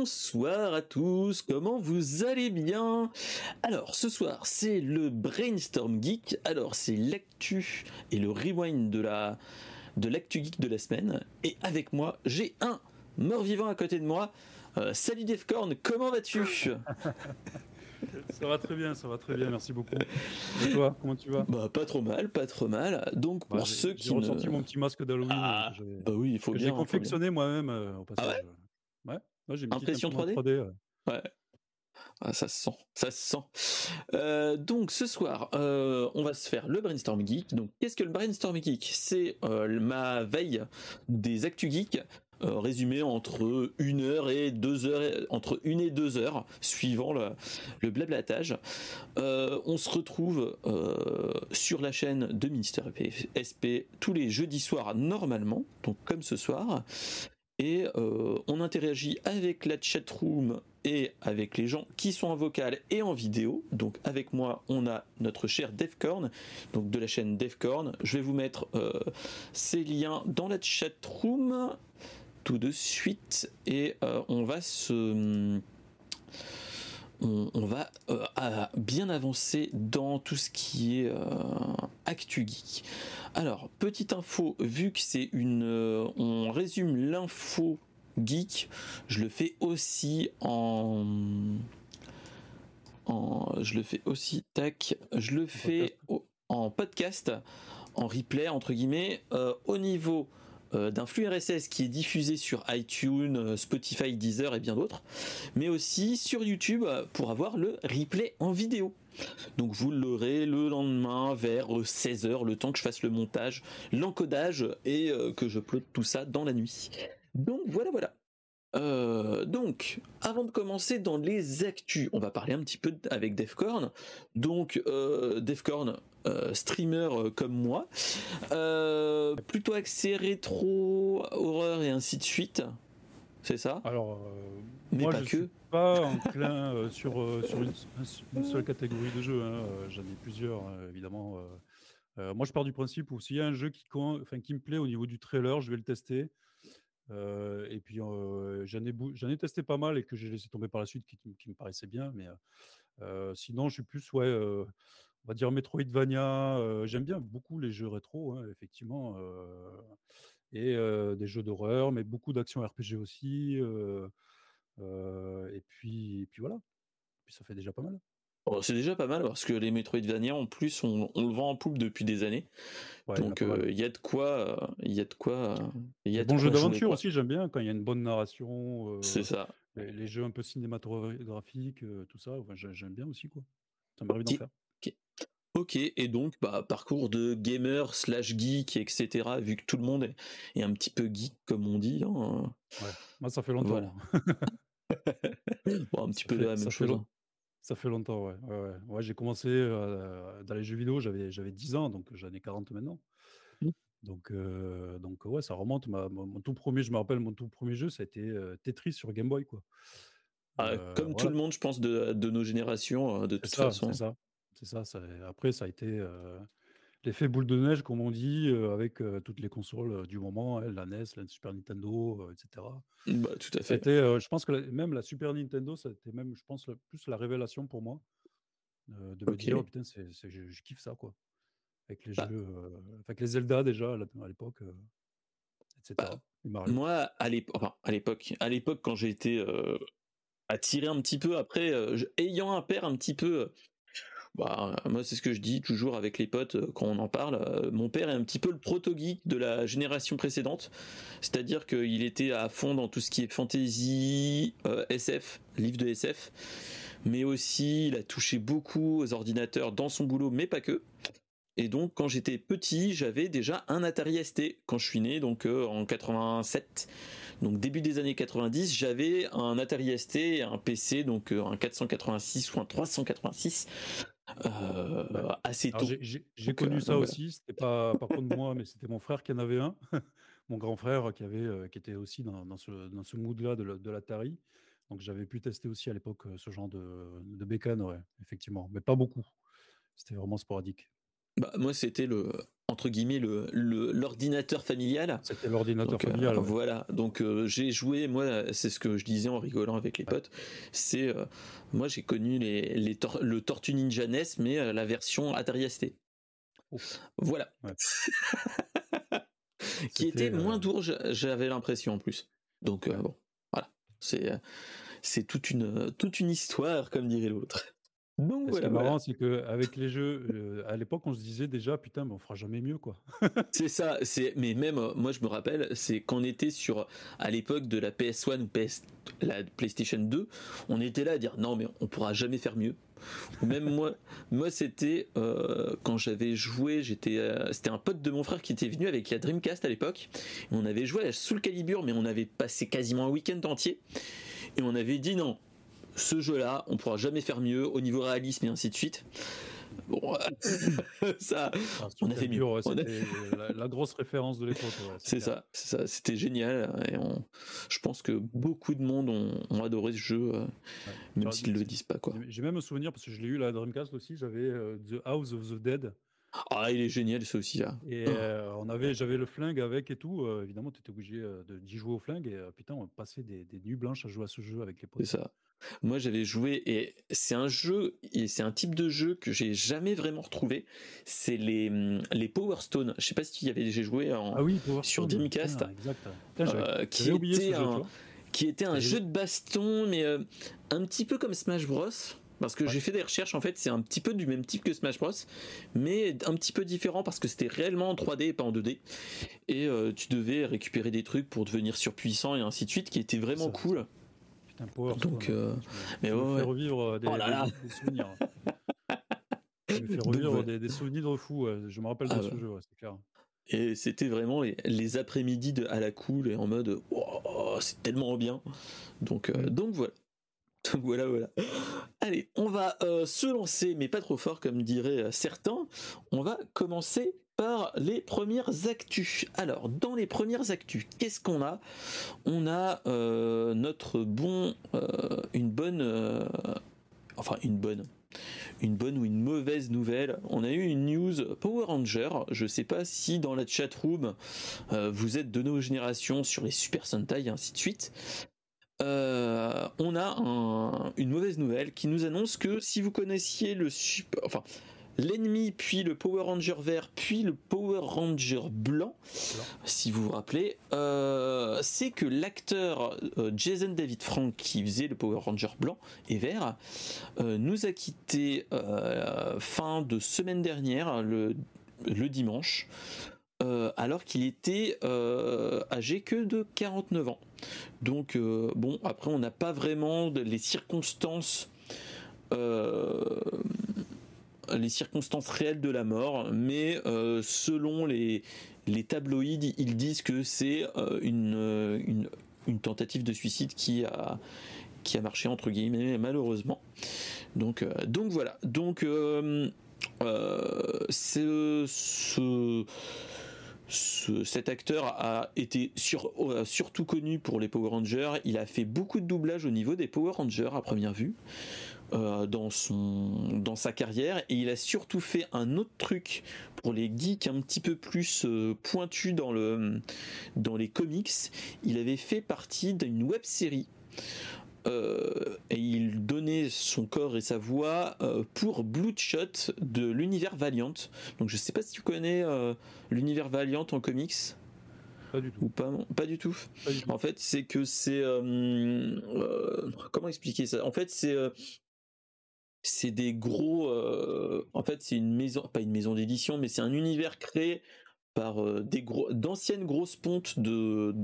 Bonsoir à tous, comment vous allez bien? Alors ce soir c'est le Brainstorm Geek, alors c'est l'actu et le rewind de l'actu geek de la semaine, et avec moi j'ai un mort-vivant à côté de moi. Salut Defcorn, comment vas-tu? Ça va très bien, merci beaucoup. Et toi, comment tu vas? Bah pas trop mal, pas trop mal. Donc Bah, pour ceux j'ai qui ne... ressorti mon petit masque d'Halloween Ah bah oui, il faut que j'ai bien, il faut bien. confectionné moi-même au Ah ouais? passage. Ouais, ouais, j'ai une petite Impression imprimante 3D? 3D. Ouais. Ah, ça se sent, ça se sent. Donc ce soir, on va se faire le Brainstorm Geek. Donc qu'est-ce que le Brainstorm Geek? C'est ma veille des Actu Geek, résumée entre 1 heure et 2 heures, entre 1 et 2 heures, suivant le blablatage. On se retrouve sur la chaîne de Mister SP tous les jeudis soirs normalement, donc comme ce soir. Et on interagit avec la chatroom et avec les gens qui sont en vocal et en vidéo. Donc avec moi, on a notre cher Defcorn, donc de la chaîne Defcorn. Je vais vous mettre ces liens dans la chatroom tout de suite, et on va bien avancer dans tout ce qui est Actu Geek. Alors, petite info, vu que c'est on résume l'info geek, je le fais aussi en podcast, en replay entre guillemets, au niveau d'un flux RSS qui est diffusé sur iTunes, Spotify, Deezer et bien d'autres, mais aussi sur YouTube pour avoir le replay en vidéo. Donc vous l'aurez le lendemain vers 16h, le temps que je fasse le montage, l'encodage et que je upload tout ça dans la nuit. Donc voilà. Donc, avant de commencer dans les actus, on va parler un petit peu avec Defcorn. Donc, Defcorn, streamer comme moi, plutôt axé rétro, horreur et ainsi de suite, c'est ça? Alors, Mais moi, pas je suis que. pas enclin sur une seule catégorie de jeu, hein. J'en ai plusieurs, évidemment. Moi, je pars du principe où s'il y a un jeu qui me plaît au niveau du trailer, je vais le tester. Et puis, j'en ai testé pas mal et que j'ai laissé tomber par la suite, qui me paraissaient bien. Mais sinon, je suis plus, ouais, on va dire Metroidvania. J'aime bien beaucoup les jeux rétro, hein, effectivement, et des jeux d'horreur, mais beaucoup d'actions RPG aussi. Et puis voilà. Puis ça fait déjà pas mal. Bon, c'est déjà pas mal parce que les Metroidvania en plus on le vend en poupe depuis des années, Ouais, il y en a donc pas mal. il y a de quoi, il y Les a de bons jeux quoi jouer d'aventure quoi. aussi, j'aime bien quand il y a une bonne narration, C'est ça. les jeux un peu cinématographiques, tout ça. Enfin, j'aime bien aussi, quoi. Ça m'arrive d'en Ok, faire. ok. Ok, et donc parcours de gamer slash geek, etc. Vu que tout le monde est un petit peu geek comme on dit, hein, Ouais, moi ça fait voilà. longtemps, hein. Bon, un petit Ça peu de fait la même ça fait chose, long hein. ça fait longtemps, ouais, ouais, ouais. Ouais, j'ai commencé, dans les jeux vidéo, j'avais 10 ans, donc j'en ai 40 maintenant. Donc ouais, ça remonte. Mon tout premier, je me rappelle, mon tout premier jeu, ça a été, Tetris sur Game Boy, quoi. Comme tout Voilà. le monde, je pense, de nos générations, de C'est toute ça, c'est façon. ça. C'est ça, après ça a été, l'effet boule de neige, comme on dit, avec, toutes les consoles, du moment, hein, la NES, la Super Nintendo, et cetera. Bah, tout à Et ça a fait. été, je pense que même la Super Nintendo, ça a été même, je pense, plus la révélation pour moi, de me dire: Ok. «Putain, je kiffe ça, quoi». Avec les Bah, jeux, avec les Zelda déjà à l'époque, et bah, cetera. Et Mario. moi, à l'époque, quand j'ai été attiré un petit peu après, ayant un père un petit peu, moi c'est ce que je dis toujours avec les potes quand on en parle. Mon père est un petit peu le proto-geek de la génération précédente, c'est-à-dire qu'il était à fond dans tout ce qui est fantasy, SF, livres de SF, mais aussi il a touché beaucoup aux ordinateurs dans son boulot, mais pas que. Et donc, quand j'étais petit, j'avais déjà un Atari ST. Quand je suis né, donc en 87, donc début des années 90, j'avais un Atari ST et un PC, donc un 486 ou un 386, Ouais. assez Alors tôt. j'ai Donc, connu donc ça voilà. aussi, c'était pas par contre moi, mais c'était mon frère qui en avait un. Mon grand frère qui était aussi dans ce mood-là de l'Atari. Donc j'avais pu tester aussi à l'époque, ce genre de bécane, ouais, effectivement, mais pas beaucoup. C'était vraiment sporadique. Bah, moi, c'était entre guillemets l'ordinateur familial. C'était l'ordinateur Donc familial. Ouais. voilà, donc j'ai joué, moi c'est ce que je disais en rigolant avec les potes, c'est moi j'ai connu le Tortue Ninja NES, mais la version Atari ST. Voilà. Ouais. Qui était moins dur, j'avais l'impression en plus. Donc bon, voilà, c'est toute une histoire, comme dirait l'autre. Donc Ce qui est marrant, c'est qu'avec les jeux, à l'époque, on se disait déjà, putain, mais on fera jamais mieux, quoi. C'est ça, mais même moi je me rappelle, c'est quand on était à l'époque de la PS1 ou la PlayStation 2, on était là à dire non mais on pourra jamais faire mieux. Ou même moi c'était quand j'avais joué, c'était un pote de mon frère qui était venu avec la Dreamcast à l'époque, et on avait joué à Soul Calibur, mais on avait passé quasiment un week-end entier, et on avait dit non, ce jeu-là, on pourra jamais faire mieux au niveau réalisme et ainsi de suite. Bon, ça, on a fait mieux. C'était la grosse référence de l'époque. Ouais, c'est ça, c'était génial. Et je pense que beaucoup de monde ont adoré ce jeu, même s'ils ne le disent pas, quoi. J'ai même un souvenir, parce que je l'ai eu la Dreamcast aussi, j'avais The House of the Dead. Ah, il est génial, ça aussi, là. Et j'avais le flingue avec et tout. Évidemment, tu étais obligé d'y jouer au flingue. Et putain, on passait des nuits blanches à jouer à ce jeu avec les potes. C'est ça. Moi, j'avais joué, et c'est un jeu, et c'est un type de jeu que j'ai jamais vraiment retrouvé. C'est les Power Stone. Je sais pas si tu y avais déjà joué sur Dreamcast. Putain, qui était un jeu de baston, mais un petit peu comme Smash Bros. Parce que j'ai fait des recherches, en fait, c'est un petit peu du même type que Smash Bros, mais un petit peu différent parce que c'était réellement en 3D et pas en 2D. Et tu devais récupérer des trucs pour devenir surpuissant et ainsi de suite, qui était vraiment cool. Putain, Power donc, mais ouais, fait revivre des souvenirs. Ça me fait revivre des souvenirs de fou. Je me rappelle de ce jeu, c'est clair. Et c'était vraiment les après-midi à la cool et en mode oh, c'est tellement bien. Donc voilà. Donc voilà. Allez, on va se lancer, mais pas trop fort comme diraient certains. On va commencer par les premières actus. Alors, dans les premières actus, qu'est-ce qu'on a ? On a une bonne ou une mauvaise nouvelle. On a eu une news Power Rangers. Je sais pas si dans la chatroom vous êtes de nos générations sur les Super Sentai et ainsi de suite. On a une mauvaise nouvelle qui nous annonce que si vous connaissiez l'ennemi, puis le Power Ranger vert, puis le Power Ranger blanc, si vous vous rappelez, c'est que l'acteur Jason David Frank, qui faisait le Power Ranger blanc et vert, nous a quitté fin de semaine dernière, le dimanche, alors qu'il était âgé que de 49 ans. Donc bon, après on n'a pas vraiment les circonstances réelles de la mort, mais selon les tabloïds, ils disent que c'est une tentative de suicide qui a marché entre guillemets, malheureusement. Donc voilà. Donc cet acteur a été surtout connu pour les Power Rangers. Il a fait beaucoup de doublage au niveau des Power Rangers à première vue dans sa carrière, et il a surtout fait un autre truc pour les geeks un petit peu plus pointus dans les comics. Il avait fait partie d'une web-série et il donnait son corps et sa voix pour Bloodshot de l'univers Valiant. Donc je sais pas si tu connais l'univers Valiant en comics. Pas du tout. Ou pas du tout. En fait, c'est que c'est comment expliquer ça ? En fait, c'est des gros en fait, c'est une maison, pas une maison d'édition, mais c'est un univers créé par d'anciennes grosses pontes de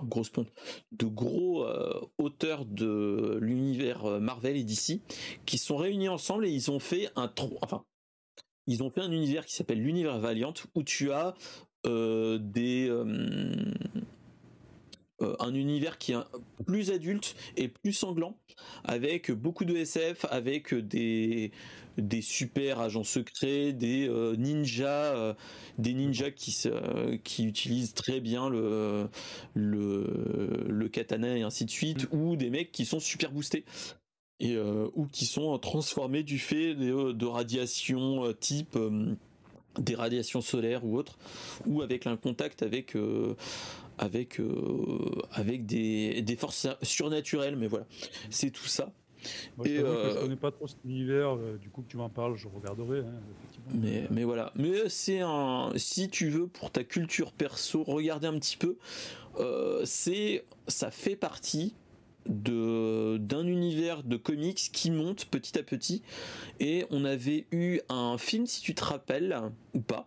gros auteurs de l'univers Marvel et DC qui sont réunis ensemble, et ils ont fait un univers qui s'appelle l'univers Valiant, où tu as un univers qui est plus adulte et plus sanglant, avec beaucoup de SF, avec des super agents secrets, des ninjas qui utilisent très bien le katana et ainsi de suite, ou des mecs qui sont super boostés ou qui sont transformés du fait de radiation type des radiations solaires ou autres, ou avec un contact avec des forces surnaturelles, mais voilà, c'est tout ça. Moi, je t'avoue que je connais pas trop cet univers, du coup que tu m'en parles, je regarderai, hein, effectivement. Mais voilà, mais c'est si tu veux pour ta culture perso, regarder un petit peu, ça fait partie d'un univers de comics qui monte petit à petit, et on avait eu un film, si tu te rappelles ou pas,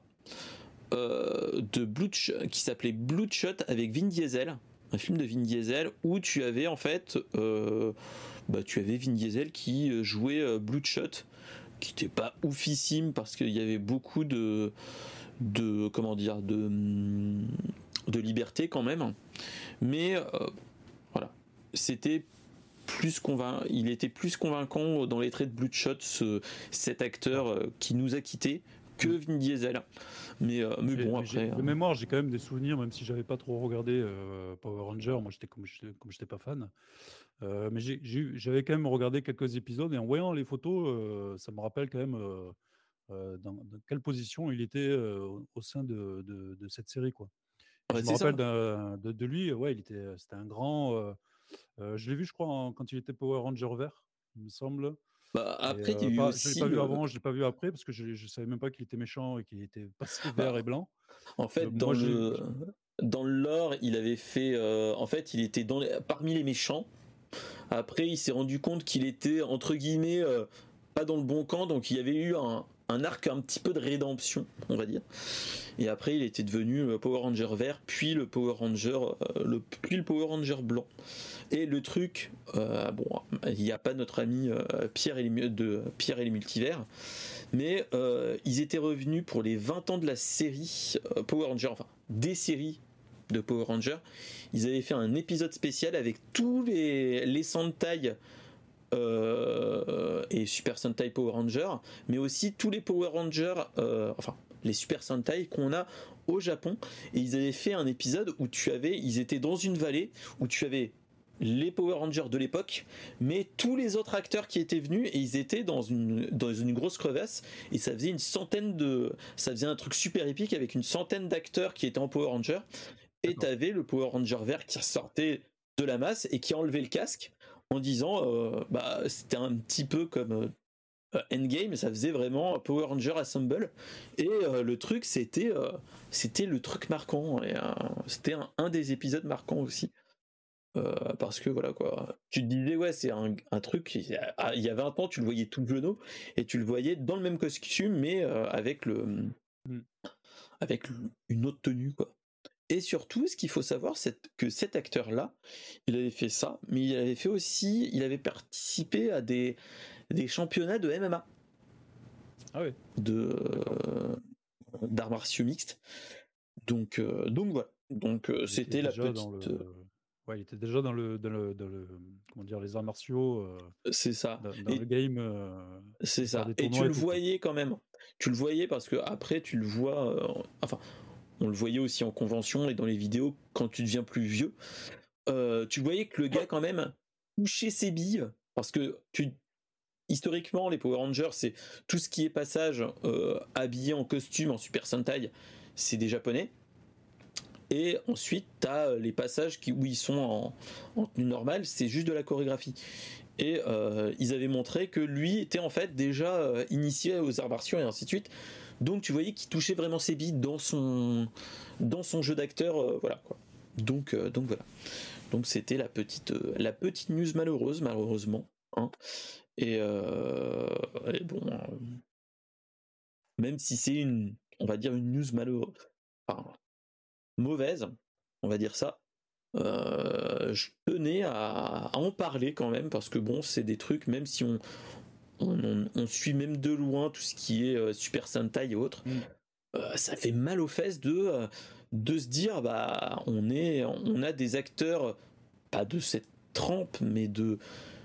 qui s'appelait Bloodshot avec Vin Diesel, un film de Vin Diesel où tu avais en fait tu avais Vin Diesel qui jouait Bloodshot, qui n'était pas oufissime parce qu'il y avait beaucoup de comment dire de liberté quand même, mais voilà, c'était il était plus convaincant dans les traits de Bloodshot, cet acteur qui nous a quittés, que Vin Diesel. Mais bon, après. De mémoire, j'ai quand même des souvenirs, même si j'avais pas trop regardé Power Rangers. Moi, comme j'étais pas fan. Mais j'avais quand même regardé quelques épisodes, et en voyant les photos, ça me rappelle quand même dans quelle position il était au sein de cette série, quoi. Et je me rappelle de lui, ouais, c'était un grand. Je l'ai vu, je crois, quand il était Power Ranger vert, il me semble. Bah, après, il y a eu aussi. Je l'ai pas vu avant, je l'ai pas vu après, parce que je savais même pas qu'il était méchant et qu'il était passé vert et blanc. En fait, dans le lore, il avait fait. En fait, il était parmi les méchants. Après, il s'est rendu compte qu'il était entre guillemets pas dans le bon camp, donc il y avait eu un arc un petit peu de rédemption, on va dire. Et après, il était devenu le Power Ranger vert, puis le Power Ranger, puis le Power Ranger blanc. Et le truc, bon, il n'y a pas notre ami Pierre et les multivers, mais ils étaient revenus pour les 20 ans de la série Power Ranger, enfin des séries de Power Ranger. Ils avaient fait un épisode spécial avec tous les Sentai et Super Sentai Power Ranger, mais aussi tous les Power Rangers, enfin les Super Sentai qu'on a au Japon. Et ils avaient fait un épisode où ils étaient dans une vallée où tu avais les Power Rangers de l'époque, mais tous les autres acteurs qui étaient venus, et ils étaient dans une grosse crevasse, et ça faisait ça faisait un truc super épique avec une centaine d'acteurs qui étaient en Power Ranger, et t'avais le Power Ranger vert qui sortait de la masse et qui enlevait le casque en disant c'était un petit peu comme Endgame, ça faisait vraiment Power Ranger Assemble, et le truc c'était le truc marquant, et c'était un des épisodes marquants aussi. Parce que voilà quoi, tu te disais ouais, c'est un truc, il y a 20 ans tu le voyais tout genou, et tu le voyais dans le même costume, mais avec une autre tenue, quoi. Et surtout, ce qu'il faut savoir, c'est que cet acteur-là, il avait fait ça, mais il avait participé à des championnats de MMA. Ah oui. D'arts martiaux mixtes. Donc voilà. Donc c'était la petite. Ouais, il était déjà dans le comment dire, les arts martiaux. C'est ça. Dans le game. C'est ça. Et tu le voyais quand même. Tu le voyais parce que après tu le vois. Enfin, on le voyait aussi en convention et dans les vidéos quand tu deviens plus vieux. Tu voyais que le gars quand même touchait ses billes, parce que historiquement les Power Rangers, c'est tout ce qui est passage habillé en costume en Super Sentai, c'est des japonais. Et ensuite, t'as les passages où ils sont en tenue normale, c'est juste de la chorégraphie. Et ils avaient montré que lui était en fait déjà initié aux arts martiaux et ainsi de suite. Donc tu voyais qu'il touchait vraiment ses billes dans son jeu d'acteur, voilà quoi. Donc voilà. Donc c'était la petite news malheureusement. Hein. Et bon, même si c'est on va dire une news malheureuse. Enfin, mauvaise, on va dire ça. Je tenais à en parler quand même, parce que bon, c'est des trucs, même si on suit même de loin tout ce qui est Super Sentai et autres, ça fait mal aux fesses de se dire on a des acteurs pas de cette trempe, mais de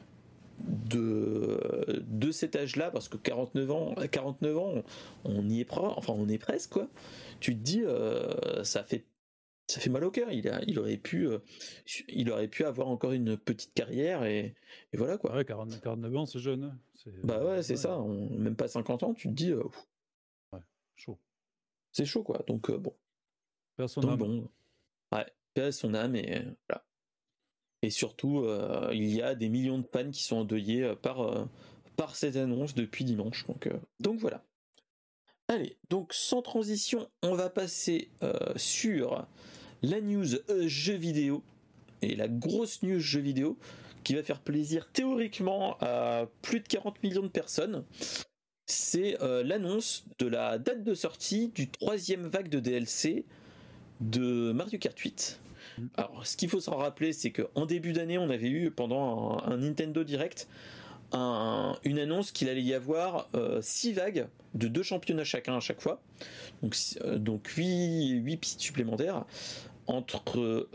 cet âge-là, parce que 49 ans, on y est on est presque quoi. Tu te dis ça fait mal au cœur. Il aurait pu avoir encore une petite carrière, et voilà quoi. Ouais, 49 ans, c'est jeune. Bah ouais, c'est ça. Même pas 50 ans, tu te dis. Ouais, chaud. c'est chaud quoi. Donc bon, Paix à son donc âme. bon, ouais, paix à son âme et voilà. Et surtout, il y a des millions de fans qui sont endeuillés par cette annonce depuis dimanche. Donc voilà. Allez, donc sans transition, on va passer sur la news jeux vidéo et la grosse news jeux vidéo qui va faire plaisir théoriquement à plus de 40 millions de personnes. C'est l'annonce de la date de sortie du troisième vague de DLC de Mario Kart 8. Alors, ce qu'il faut s'en rappeler, c'est qu'en début d'année, on avait eu pendant un Nintendo Direct une annonce qu'il allait y avoir 6 vagues de 2 championnats chacun à chaque fois. Donc 8 pistes supplémentaires entre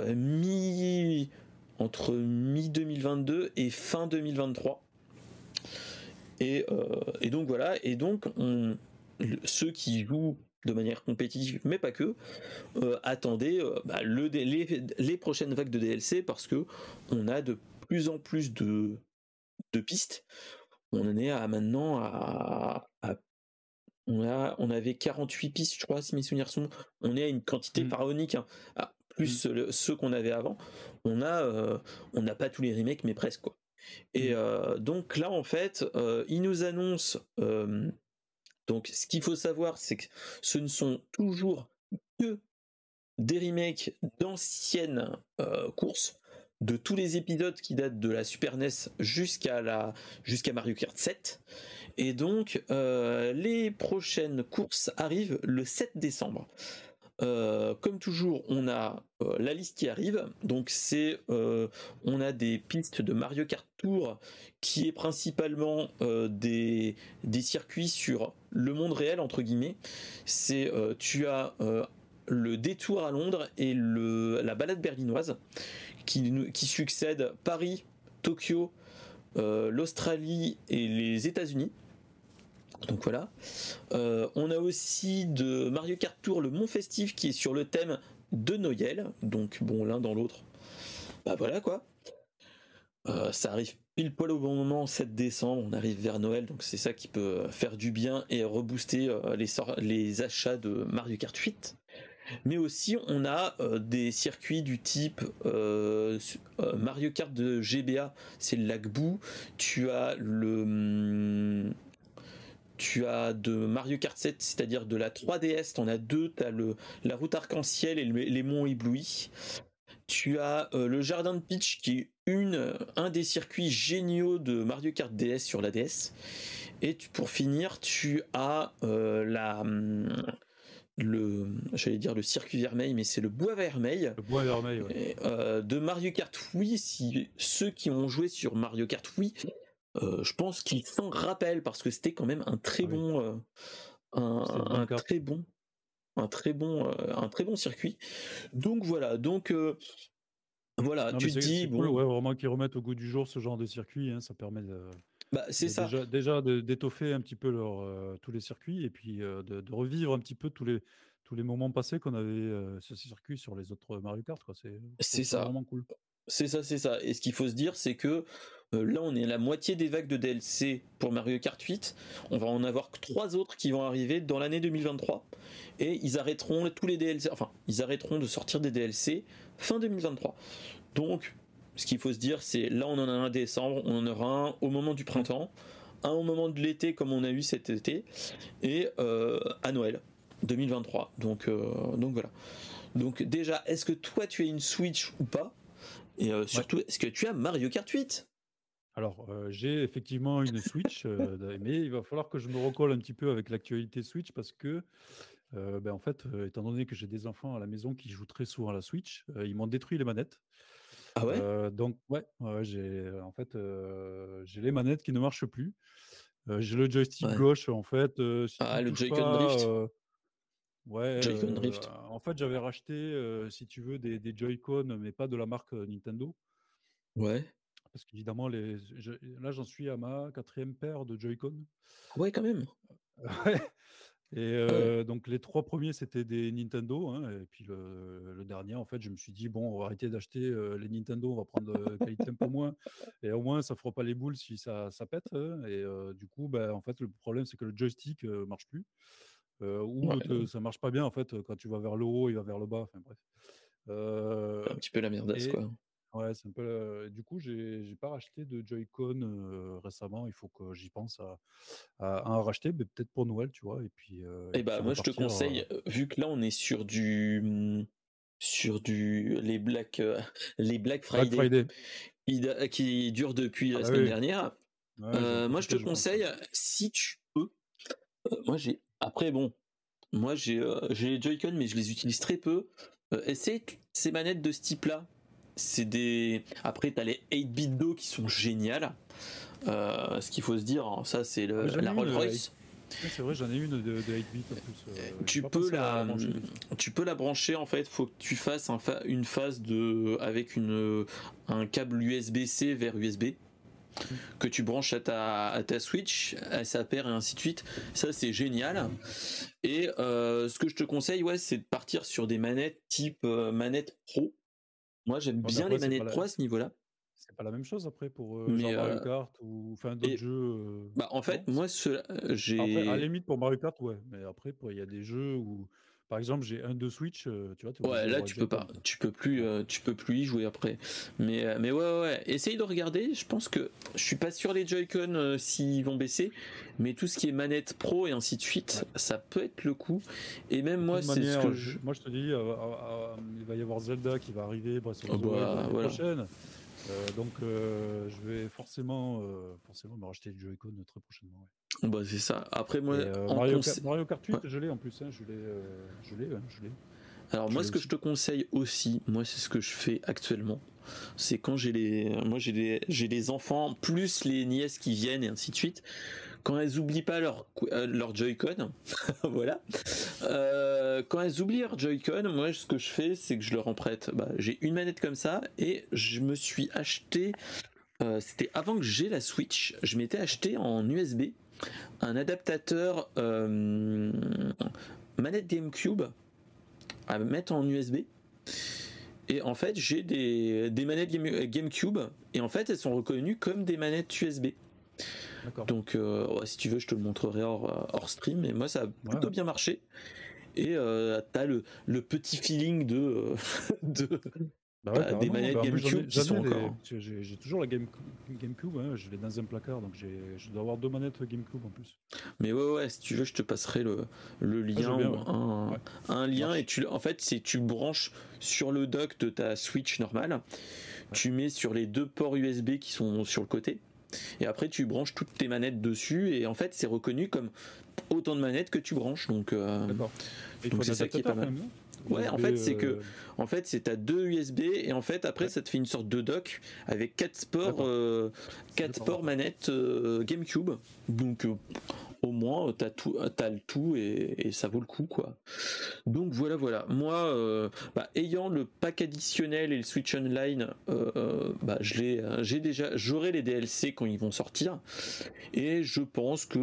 mi 2022 et fin 2023. Et donc voilà, et donc ceux qui jouent de manière compétitive, mais pas que, attendaient les prochaines vagues de DLC parce que on a de plus en plus de pistes. On en est à maintenant on avait 48 pistes, je crois, si mes souvenirs sont. On est à une quantité pharaonique, hein. Plus ceux qu'on avait avant. On n'a pas tous les remakes, mais presque quoi. Et donc là, en fait, ils nous annoncent. Donc, ce qu'il faut savoir, c'est que ce ne sont toujours que des remakes d'anciennes courses, de tous les épisodes qui datent de la Super NES jusqu'à Mario Kart 7. Et donc, les prochaines courses arrivent le 7 décembre. Comme toujours, on a la liste qui arrive. Donc on a des pistes de Mario Kart Tour qui est principalement des circuits sur le monde réel entre guillemets. Tu as le détour à Londres et la balade berlinoise qui succèdent Paris, Tokyo, l'Australie et les États-Unis. Donc voilà. On a aussi de Mario Kart Tour le Mont Festif qui est sur le thème de Noël. Donc bon, l'un dans l'autre. Bah voilà quoi. Ça arrive pile poil au bon moment, 7 décembre, on arrive vers Noël, donc c'est ça qui peut faire du bien et rebooster les achats de Mario Kart 8. Mais aussi on a des circuits du type Mario Kart de GBA, c'est le lac Boo. Tu as de Mario Kart 7, c'est-à-dire de la 3DS, t'en as deux, t'as la route arc-en-ciel et les monts éblouis. Tu as le jardin de Peach qui est un des circuits géniaux de Mario Kart DS sur la DS. Et pour finir, tu as j'allais dire le circuit vermeil, mais c'est le bois vermeil. Le bois vermeil, ouais. De Mario Kart Wii. Si ceux qui ont joué sur Mario Kart Wii, je pense qu'ils s'en rappellent parce que c'était quand même un très bon, un très bon circuit. Donc voilà. Voilà, non, tu te dis cool, ouais, vraiment qu'ils remettent au goût du jour ce genre de circuit, hein, ça permet c'est ça. Déjà d'étoffer un petit peu tous les circuits et puis de revivre un petit peu tous les moments passés qu'on avait ce circuit sur les autres Mario Kart, quoi. C'est ça. Vraiment cool. C'est ça. Et ce qu'il faut se dire, c'est que là, on est à la moitié des vagues de DLC pour Mario Kart 8. On va en avoir que 3 autres qui vont arriver dans l'année 2023. Et ils arrêteront tous les DLC. Enfin, ils arrêteront de sortir des DLC fin 2023. Donc, ce qu'il faut se dire, c'est là, on en a un en décembre, on en aura un au moment du printemps, un au moment de l'été, comme on a eu cet été, et à Noël 2023. Donc voilà. Donc déjà, est-ce que toi, tu as une Switch ou pas? Et surtout, est-ce que tu as Mario Kart 8? Alors, j'ai effectivement une Switch, mais il va falloir que je me recolle un petit peu avec l'actualité Switch parce que, en fait, étant donné que j'ai des enfants à la maison qui jouent très souvent à la Switch, ils m'ont détruit les manettes. Ah ouais? Donc ouais, j'ai j'ai les manettes qui ne marchent plus. J'ai le joystick gauche en fait, si tu Ah, le le touches Joy-Con pas, Drift. ouais, Joy-Con Drift. en fait, j'avais racheté, si tu veux des Joy-Con, mais pas de la marque, Nintendo. Ouais. Parce qu'évidemment là, j'en suis à ma 4e paire de Joy-Con. Ouais, quand même. Ouais. Et Ah ouais. donc les 3 premiers c'était des Nintendo, hein, et puis le dernier, en fait, je me suis dit: «Bon, on va arrêter d'acheter, les Nintendo, on va prendre, qualité un peu moins et au moins ça fera pas les boules si ça pète», hein. Et du coup, en fait, le problème c'est que le joystick, marche plus. ou ça marche pas bien en fait quand tu vas vers le haut, il va vers le bas. Enfin bref. Un petit peu la merdasse, Et quoi. ouais, c'est un peu. Du coup, j'ai pas racheté de Joy-Con récemment. Il faut que j'y pense à en racheter, mais peut-être pour Noël, tu vois. Et puis Et bah moi je te repartir. conseille, vu que là on est sur les Black Black Friday Friday. qui durent depuis Ah la bah semaine oui. dernière. Ouais, je vais en Moi je te profiter, je pense. Ouais. conseille, si tu peux, moi j'ai après bon, moi j'ai les Joy-Con mais je les utilise très peu. Essaye ces manettes de ce type-là. C'est des après t'as les 8-bit Do qui sont géniales. Ce qu'il faut se dire, hein, ça c'est Ah, mais j'en ai la une. Rolls-Royce. Ouais, c'est vrai, j'en ai une de 8 bits en plus. J'ai Tu pas peux pensé à la brancher. tu peux la brancher en fait. Faut que tu fasses une phase avec un câble USB-C vers USB Mm. que tu branches à ta Switch, à sa paire et ainsi de suite. Ça c'est génial. Et ce que je te conseille, ouais, c'est de partir sur des manettes type manette pro. Moi j'aime Ouais, mais bien après, les manettes pro à ce niveau-là. c'est pas la même chose après pour Mais genre Mario Kart ou enfin d'autres et jeux. bah en fait Non? moi Après, à la j'ai limite pour Mario Kart, ouais. Mais après, il y a des jeux où, par exemple, j'ai un de Switch, tu vois, t'es ouais, obligé là d'avoir le tu peux Joy-Con, pas, quoi. Ouais. tu peux plus y jouer après. Mais ouais, essaye de regarder. Je pense que je suis pas sûr les Joy-Con s'ils vont baisser, mais tout ce qui est manette pro et ainsi de suite, Ouais. ça peut être le coup. Et même De moi, toute c'est ce manière, que je. moi je te dis, il va y avoir Zelda qui va arriver, Breath of Oh the Wild bah l'année voilà. prochaine. Donc je vais forcément me racheter le Joy-Con très prochainement. Ouais. Bah c'est ça. Après moi, Et en conseil. Mario Kart Ouais. 8, je l'ai en plus, hein, je l'ai. Alors Je moi, l'ai ce que je aussi. te conseille aussi, moi c'est ce que je fais actuellement, c'est quand j'ai les enfants plus les nièces qui viennent et ainsi de suite. Quand elles oublient pas leur Joy-Con, voilà. Quand elles oublient leur Joy-Con, moi ce que je fais, c'est que je leur en prête. Bah, j'ai une manette comme ça et je me suis acheté. C'était avant que j'ai la Switch, je m'étais acheté en USB un adaptateur manette GameCube à mettre en USB. Et en fait, j'ai des manettes GameCube et en fait, elles sont reconnues comme des manettes USB. D'accord. Donc, ouais, si tu veux, je te le montrerai hors stream. Et moi, ça a plutôt Ouais. bien marché. Et t'as le petit feeling de Bah ouais, des carrément. Non, manettes bah en plus, GameCube qui j'en sont ai encore. parce que j'ai toujours la GameCube, hein, je l'ai dans un placard, donc je dois avoir 2 manettes GameCube en plus. Mais ouais, si tu veux, je te passerai le Ah, je veux lien bien, ou ouais. Ouais, un ça lien et marche. en fait, c'est tu le branches sur le dock de ta Switch normale. Ouais. Tu mets sur les deux ports USB qui sont sur le côté. Et après, tu branches toutes tes manettes dessus. Et en fait, c'est reconnu comme autant de manettes que tu branches. Donc D'accord. Et il faut un c'est ça qui est pas adaptateur quand mal. même, non? Ouais, en USB. fait, c'est t'as deux USB et en fait après Ouais, ça te fait une sorte de dock avec d'accord. C'est deux quatre par ports rapport. manettes GameCube. Donc au moins t'as le tout et ça vaut le coup quoi. Donc voilà. Moi, ayant le pack additionnel et le Switch Online, j'aurai les DLC quand ils vont sortir et je pense que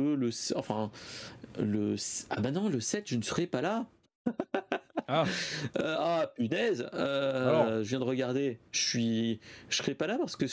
le 7 je ne serai pas là. Ah, Punaise, alors, je viens de regarder. Je serai pas là parce que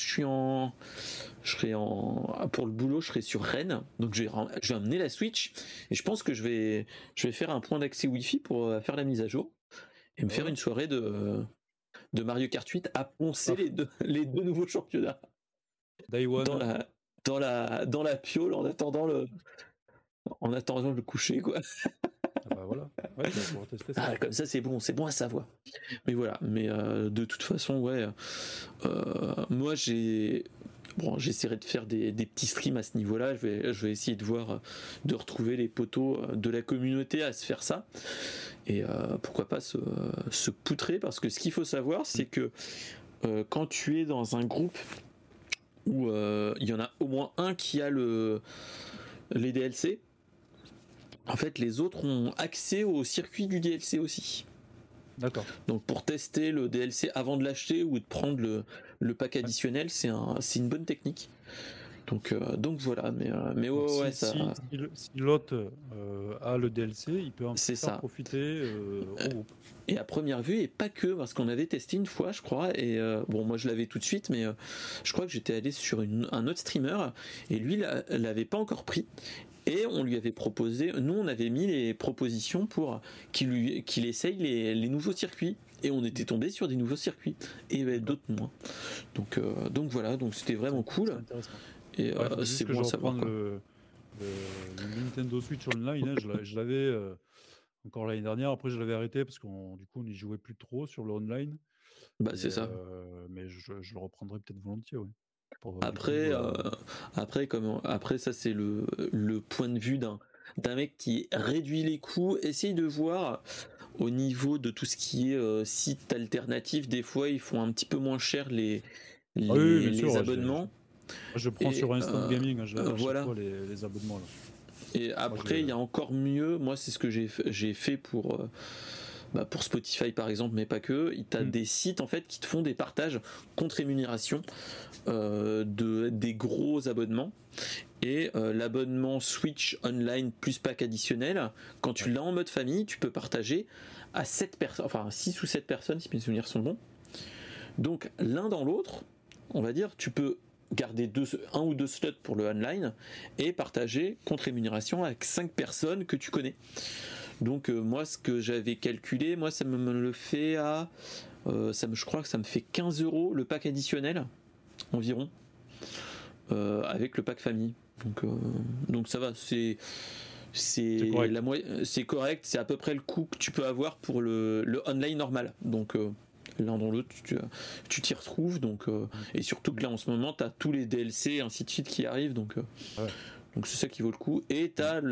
pour le boulot, je serai sur Rennes. Donc je vais amener la Switch et je pense que je vais faire un point d'accès Wi-Fi pour faire la mise à jour et me bah faire voilà. une soirée de Mario Kart 8 à poncer Paf, les deux nouveaux championnats Day dans One. la piole en attendant le coucher quoi. Ah bah voilà. Ouais, tu vas pouvoir tester ça. Ah, comme ça c'est bon à savoir. Mais voilà, de toute façon ouais. Moi j'essaierai de faire des petits streams à ce niveau-là. Je vais essayer de voir, de retrouver les potos de la communauté à se faire ça. Et pourquoi pas se poutrer, parce que ce qu'il faut savoir, Mm. c'est que quand tu es dans un groupe où il y en a au moins un qui a les DLC, en fait les autres ont accès au circuit du DLC aussi. D'accord. Donc pour tester le DLC avant de l'acheter ou de prendre le pack Ouais. additionnel, c'est une bonne technique. Donc voilà, mais Donc ouais, ça, si l'hôte a le DLC, il peut en c'est faire ça. profiter au groupe. Et à première vue, et pas que, parce qu'on avait testé une fois, je crois, et bon, moi je l'avais tout de suite, mais je crois que j'étais allé sur un autre streamer, et lui l'avait pas encore pris. Et on lui avait proposé, nous on avait mis les propositions pour qu'il essaye les nouveaux circuits. Et on était tombé sur des nouveaux circuits et d'autres moins. Donc voilà, donc c'était vraiment cool. C'est intéressant. Et faut c'est juste que bon je à savoir. reprenne le Nintendo Switch Online. Hein, je l'avais encore l'année dernière. Après, je l'avais arrêté parce qu'on n'y jouait plus trop sur le online. Bah, c'est ça. Mais je le reprendrai peut-être volontiers, oui. Après, ça c'est le point de vue d'un mec qui réduit les coûts, essaye de voir au niveau de tout ce qui est site alternatif. Des fois, ils font un petit peu moins cher les abonnements. Je prends sur Instant Gaming, hein, voilà. chaque fois les abonnements. Là. Et après, il y a encore mieux. Moi, c'est ce que j'ai fait pour Spotify par exemple, mais pas que. Tu as des sites en fait qui te font des partages contre rémunération des gros abonnements. Et l'abonnement Switch Online plus pack additionnel, quand tu l'as en mode famille, tu peux partager à 7 personnes, enfin 6 ou 7 personnes si mes souvenirs sont bons. Donc l'un dans l'autre, on va dire, tu peux garder un ou deux slots pour le online et partager contre rémunération avec 5 personnes que tu connais. Donc moi ce que j'avais calculé, moi ça me le fait à je crois que ça me fait 15 € le pack additionnel environ avec le pack famille. Donc ça va, c'est correct, c'est à peu près le coût que tu peux avoir pour le online normal. Donc l'un dans l'autre tu t'y retrouves, et surtout que là en ce moment tu as tous les DLC et ainsi de suite qui arrivent, donc c'est ça qui vaut le coup. Et tu as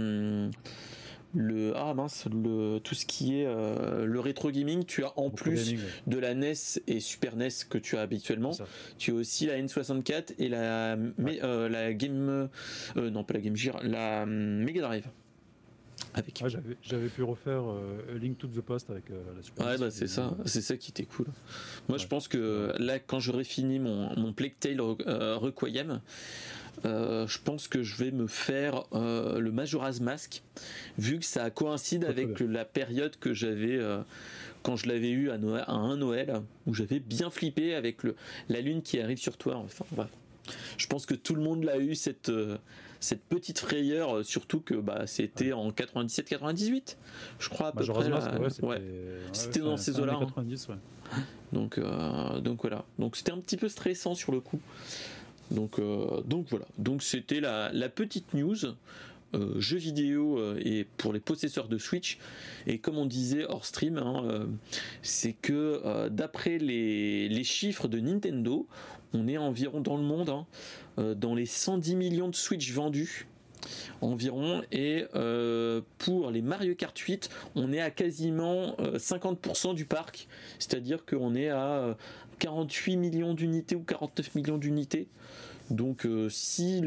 tout ce qui est le rétro gaming, tu as en plus de la NES et Super NES que tu as habituellement, tu as aussi la N64 et la Game non pas la Game Gear, la Mega Drive avec. J'avais pu refaire A Link to the Past avec la Super NES. C'est ça qui était cool. Moi je pense que là quand j'aurai fini mon Plague Tale Requiem, je pense que je vais me faire le Majora's Mask, vu que ça coïncide avec la période que j'avais quand je l'avais eu à un Noël, où j'avais bien flippé avec la lune qui arrive sur toi. Enfin bref, je pense que tout le monde l'a eu cette petite frayeur, surtout que c'était en 97-98, je crois à peu près. C'était dans ces eaux-là. 90, Donc voilà. Donc c'était un petit peu stressant sur le coup. Donc voilà. Donc c'était la petite news jeux vidéo et pour les possesseurs de Switch. Et comme on disait hors stream, c'est que d'après les chiffres de Nintendo, on est environ dans le monde dans les 110 millions de Switch vendus environ, et pour les Mario Kart 8 on est à quasiment 50% du parc, c'est-à-dire qu'on est à 48 millions d'unités ou 49 millions d'unités. Donc si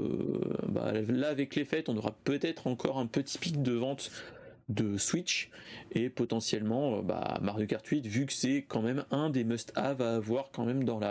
là avec les fêtes on aura peut-être encore un petit pic de vente de Switch, et potentiellement Mario Kart 8, vu que c'est quand même un des must-have à avoir quand même dans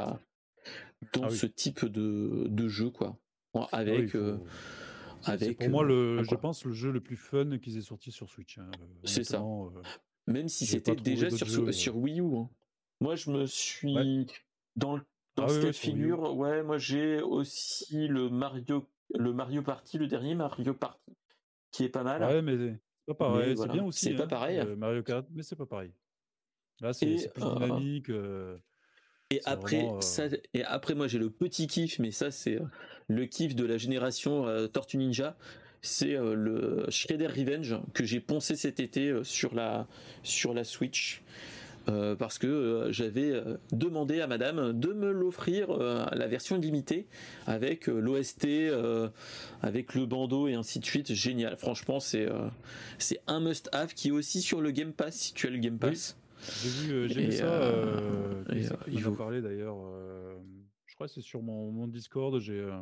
ce type de jeu, quoi, avec c'est pour moi je pense le jeu le plus fun qu'ils aient sorti sur Switch, c'est ça, même si c'était déjà sur Wii U, Moi je me suis dans ce cas de figure, moi j'ai aussi le Mario Party, le dernier Mario Party, qui est pas mal. Ouais, mais c'est pas pareil, c'est bien aussi. C'est pas pareil. Mario Kart, mais c'est pas pareil. Là, c'est plus dynamique. Et après, moi j'ai le petit kiff, mais ça c'est le kiff de la génération Tortue Ninja. C'est le Shredder Revenge que j'ai poncé cet été sur la Switch. Parce que j'avais demandé à madame de me l'offrir la version limitée avec l'OST, avec le bandeau et ainsi de suite. Génial, franchement c'est un must-have qui est aussi sur le Game Pass, si tu as le Game Pass. J'ai vu ça, il faut parler d'ailleurs, je crois que c'est sur mon Discord,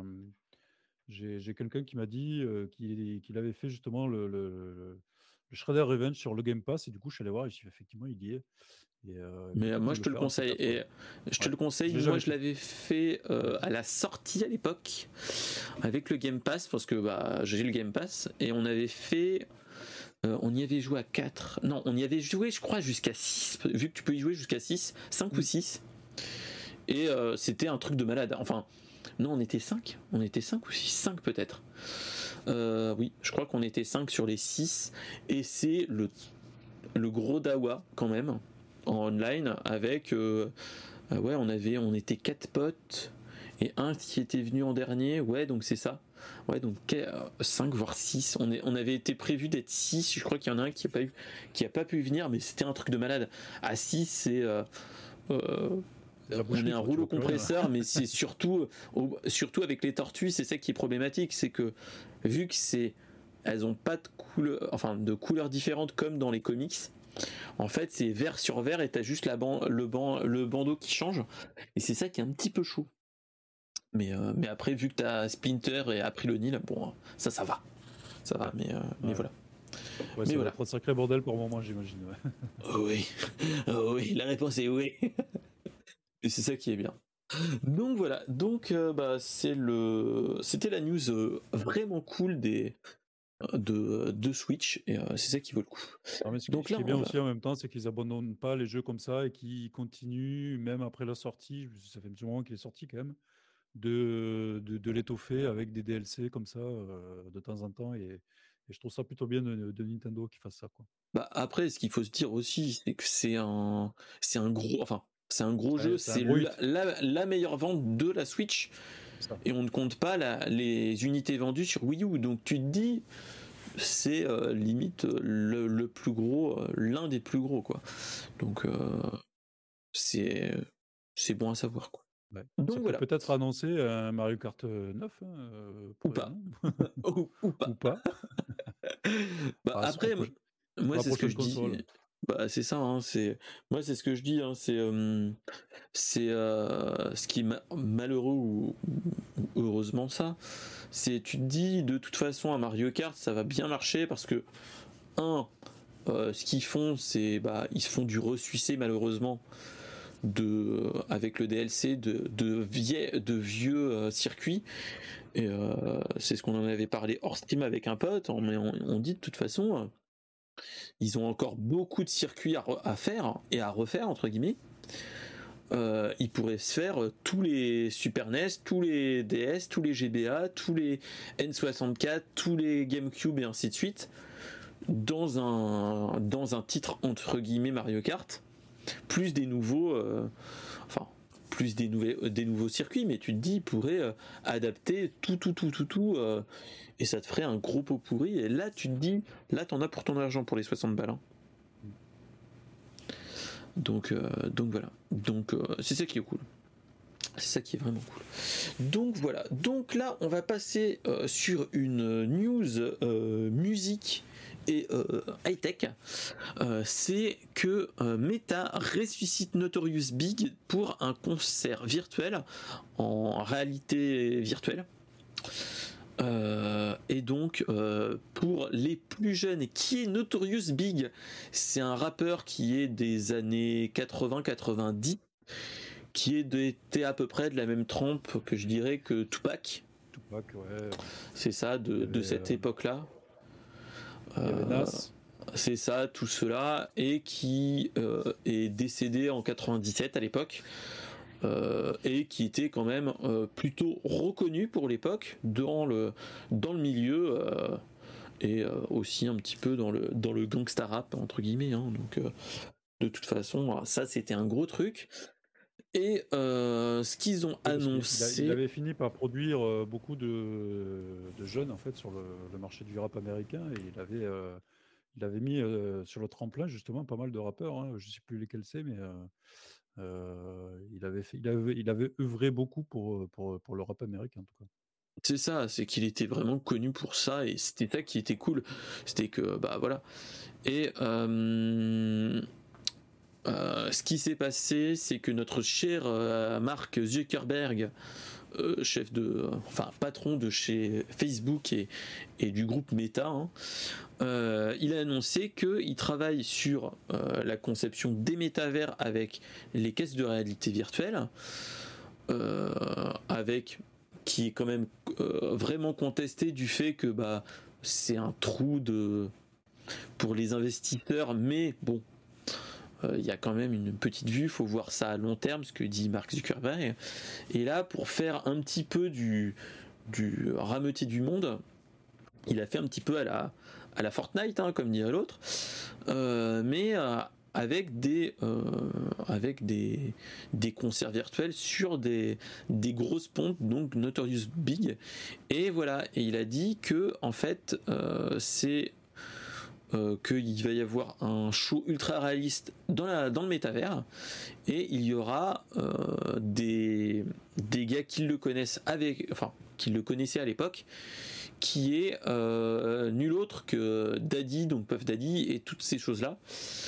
j'ai quelqu'un qui m'a dit qu'il avait fait justement le Shredder Revenge sur le Game Pass, et du coup je suis allé voir, effectivement il y est. Mais moi je te le conseille, moi je l'avais fait à la sortie à l'époque avec le Game Pass, parce que j'ai le Game Pass, et on avait fait on y avait joué à 4, non on y avait joué je crois jusqu'à 6, vu que tu peux y jouer jusqu'à 5 ou 6, et c'était un truc de malade. Enfin non, on était 5 ou 6, 5 peut-être. Oui, je crois qu'on était 5 sur les 6 et c'est le gros dawa quand même en online avec ouais, on était 4 potes et un qui était venu en dernier. Ouais, donc c'est ça. Ouais, donc 5 voire 6. On avait été prévu d'être 6. Je crois qu'il y en a un qui a pas pu venir, mais c'était un truc de malade. À 6, c'est on est un rouleau compresseur, mais c'est surtout avec les tortues, c'est ça qui est problématique, c'est que vu que elles ont pas de couleurs différentes comme dans les comics. En fait, c'est vert sur vert et t'as juste le bandeau qui change. Et c'est ça qui est un petit peu chaud. Mais après, vu que t'as Splinter et April O'Neil, bon, ça va. Ça va, mais voilà. Ouais, ça va être un sacré bordel pour le moment, j'imagine. Ouais. Oh oui. Oh oui, la réponse est oui. Et c'est ça qui est bien. Donc voilà, c'était la news vraiment cool de Switch et c'est ça qui vaut le coup. Non, mais ce qui est bien aussi en même temps, c'est qu'ils abandonnent pas les jeux comme ça et qu'ils continuent même après la sortie. Ça fait un petit moment qu'il est sorti quand même, de l'étoffer avec des DLC comme ça de temps en temps et je trouve ça plutôt bien de Nintendo qui fasse ça, quoi. Bah après, ce qu'il faut se dire aussi, c'est que c'est un gros jeu, c'est la meilleure vente de la Switch. Et on ne compte pas les unités vendues sur Wii U. Donc tu te dis, c'est limite le plus gros, l'un des plus gros, quoi. Donc c'est bon à savoir, quoi. Ouais. Donc ça peut peut-être annoncer un Mario Kart 9 ou pas. ou pas. Ou pas. Bah, après, moi c'est ce que je dis. Bah c'est ça, hein, moi c'est ce que je dis, hein, c'est ce qui est malheureux ou heureusement ça, c'est tu te dis de toute façon à Mario Kart ça va bien marcher parce que ce qu'ils font c'est ils se font du ressucé malheureusement avec le DLC de vieux circuits et c'est ce qu'on en avait parlé hors stream avec un pote, on dit de toute façon ils ont encore beaucoup de circuits à faire et à refaire entre guillemets. Ils pourraient se faire tous les Super NES, tous les DS, tous les GBA, tous les N64, tous les GameCube et ainsi de suite dans un titre entre guillemets Mario Kart, plus des nouveaux des nouveaux circuits, mais tu te dis ils pourraient adapter tout et ça te ferait un gros pot pourri et là tu te dis là t'en as pour ton argent pour les 60 balles, hein. Donc voilà, c'est ça qui est cool, c'est ça qui est vraiment cool. Donc voilà, donc là on va passer sur une news musique et high-tech. C'est que Meta ressuscite Notorious Big pour un concert virtuel en réalité virtuelle. Et donc pour les plus jeunes, qui est Notorious Big, c'est un rappeur qui est des années 80-90, qui était à peu près de la même trempe que je dirais que Tupac, ouais. C'est ça, de cette époque-là. C'est ça, tout cela, et qui est décédé en 97 à l'époque. Et qui était quand même plutôt reconnu pour l'époque dans le milieu et aussi un petit peu dans le gangsta rap entre guillemets, hein. Donc de toute façon ça c'était un gros truc et ce qu'ils ont annoncé, il avait fini par produire beaucoup de jeunes en fait sur le marché du rap américain et il avait mis sur le tremplin justement pas mal de rappeurs, hein. Je sais plus lesquels c'est mais il avait œuvré beaucoup pour le rap américain en tout cas. C'est ça, c'est qu'il était vraiment connu pour ça et c'était ça qui était cool, c'était que voilà. Et ce qui s'est passé, c'est que notre cher Mark Zuckerberg, patron de chez Facebook et du groupe Meta, hein, il a annoncé qu'il travaille sur la conception des métavers avec les caisses de réalité virtuelle, qui est quand même vraiment contesté du fait que c'est un trou pour les investisseurs, mais bon, il y a quand même une petite vue, faut voir ça à long terme, ce que dit Mark Zuckerberg. Et là, pour faire un petit peu du rameuter du monde, il a fait un petit peu à la Fortnite, hein, comme dirait l'autre, mais avec des concerts virtuels sur des grosses pompes, donc Notorious Big. Et voilà, et il a dit que en fait c'est qu'il va y avoir un show ultra réaliste dans le métavers, et il y aura des gars qui le connaissent qui le connaissaient à l'époque, qui est nul autre que Daddy, donc Puff Daddy et toutes ces choses là,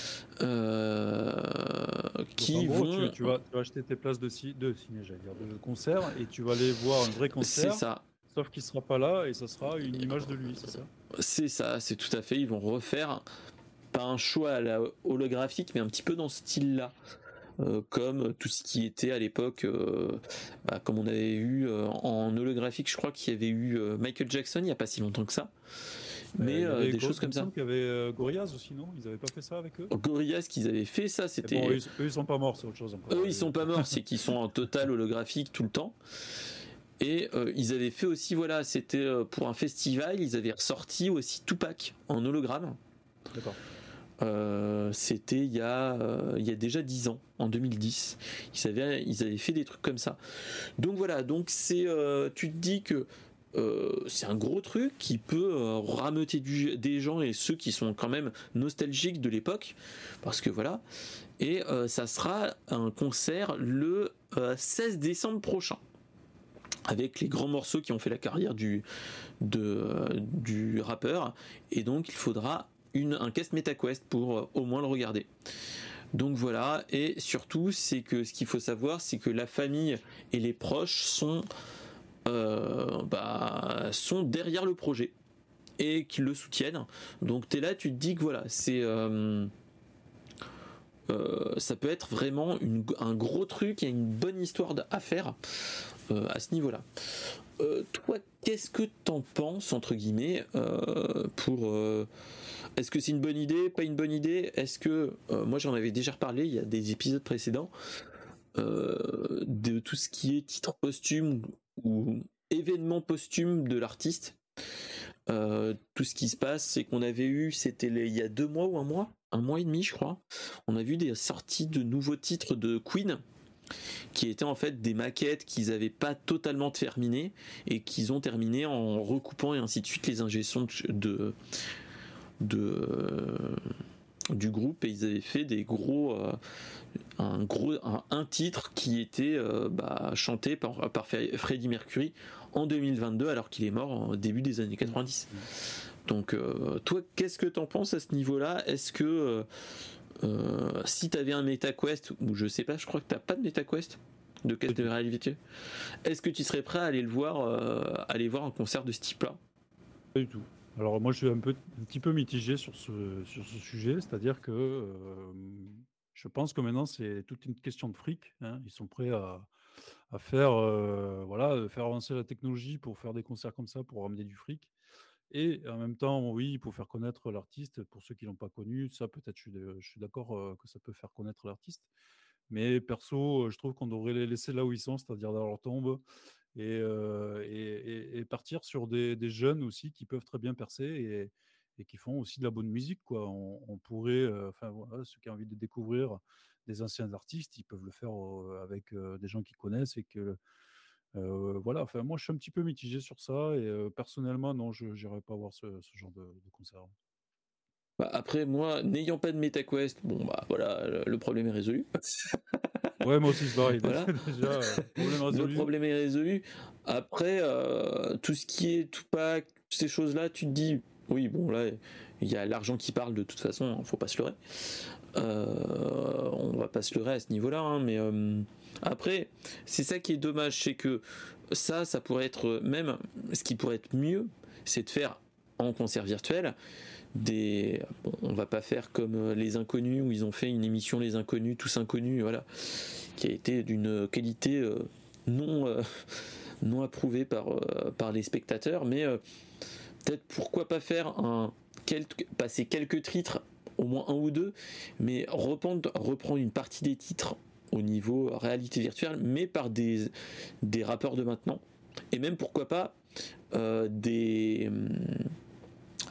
qui en gros, vont. Tu vas acheter tes places de ciné, j'allais dire, de concert, et tu vas aller voir un vrai concert. C'est ça. Sauf qu'il sera pas là et ça sera une image de lui, c'est ça? C'est ça, c'est tout à fait. Ils vont refaire pas un show à la holographique, mais un petit peu dans ce style-là. Comme tout ce qui était à l'époque, comme on avait eu en holographique, je crois qu'il y avait eu Michael Jackson il n'y a pas si longtemps que ça. Mais des choses comme ça. Il y avait Gorillaz aussi, non? Ils n'avaient pas fait ça avec eux? Gorillaz, qu'ils avaient fait ça, c'était. Bon, eux, ils sont pas morts, c'est autre chose encore. Eux, ils sont pas morts, c'est qu'ils sont en total holographique tout le temps. Et ils avaient fait aussi, voilà, c'était pour un festival, ils avaient ressorti aussi Tupac en hologramme. D'accord. C'était il y a déjà 10 ans, en 2010. Ils avaient fait des trucs comme ça. Donc voilà, donc c'est, tu te dis que c'est un gros truc qui peut rameuter des gens, et ceux qui sont quand même nostalgiques de l'époque, parce que voilà. Et ça sera un concert le 16 décembre prochain, avec les grands morceaux qui ont fait la carrière du rappeur, et donc il faudra un casque MetaQuest pour au moins le regarder. Donc voilà, et surtout c'est que ce qu'il faut savoir, c'est que la famille et les proches sont derrière le projet et qu'ils le soutiennent. Donc t'es là, tu te dis que voilà, c'est ça peut être vraiment un gros truc, et une bonne histoire à faire à ce niveau-là. Toi, qu'est-ce que t'en penses, entre guillemets, est-ce que c'est une bonne idée, pas une bonne idée? Est-ce que moi j'en avais déjà reparlé il y a des épisodes précédents, de tout ce qui est titre posthume ou événement posthume de l'artiste. Tout ce qui se passe, c'est qu'on avait eu, c'était il y a 2 mois ou un mois et demi, je crois, on a vu des sorties de nouveaux titres de Queen, qui étaient en fait des maquettes qu'ils n'avaient pas totalement terminées, et qu'ils ont terminé en recoupant et ainsi de suite les ingé-sons du groupe, et ils avaient fait des gros un titre qui était chanté par Freddie Mercury en 2022, alors qu'il est mort au début des années 90. Donc toi, qu'est-ce que t'en penses à ce niveau-là? Est-ce que si t'avais un MetaQuest, ou je sais pas, je crois que t'as pas de MetaQuest de casque de réalité, est-ce que tu serais prêt à aller aller voir un concert de ce type-là? Pas du tout. Alors moi je suis un petit peu mitigé sur ce sujet, c'est-à-dire que je pense que maintenant c'est toute une question de fric, hein. Ils sont prêts à faire faire avancer la technologie pour faire des concerts comme ça, pour ramener du fric, et en même temps, oui, pour faire connaître l'artiste. Pour ceux qui l'ont pas connu, ça peut-être je suis d'accord que ça peut faire connaître l'artiste, mais perso, je trouve qu'on devrait les laisser là où ils sont, c'est-à-dire dans leur tombe, et partir sur des jeunes aussi qui peuvent très bien percer, et qui font aussi de la bonne musique, quoi. On pourrait, voilà, ceux qui ont envie de découvrir des anciens artistes, ils peuvent le faire avec des gens qu'ils connaissent, et que voilà. Enfin, moi, je suis un petit peu mitigé sur ça, et personnellement, non, je n'irai pas voir ce genre de concert. Après, moi, n'ayant pas de MetaQuest, bon bah voilà, le problème est résolu. Ouais, moi aussi c'est pareil. Voilà. Déjà, problème résolu. Le problème est résolu. Après, tout ce qui est Tupac, ces choses-là, tu te dis, oui, bon là, il y a l'argent qui parle de toute façon, faut pas se leurrer. On va pas se leurrer à ce niveau-là, hein, mais après, c'est ça qui est dommage, c'est que ça pourrait être même, ce qui pourrait être mieux, c'est de faire en concert virtuel on va pas faire comme les Inconnus, où ils ont fait une émission Les Inconnus, tous inconnus, voilà, qui a été d'une qualité non approuvée par les spectateurs, mais peut-être pourquoi pas faire passer quelques titres, au moins un ou deux, mais reprendre une partie des titres au niveau réalité virtuelle, mais par des rappeurs de maintenant, et même pourquoi pas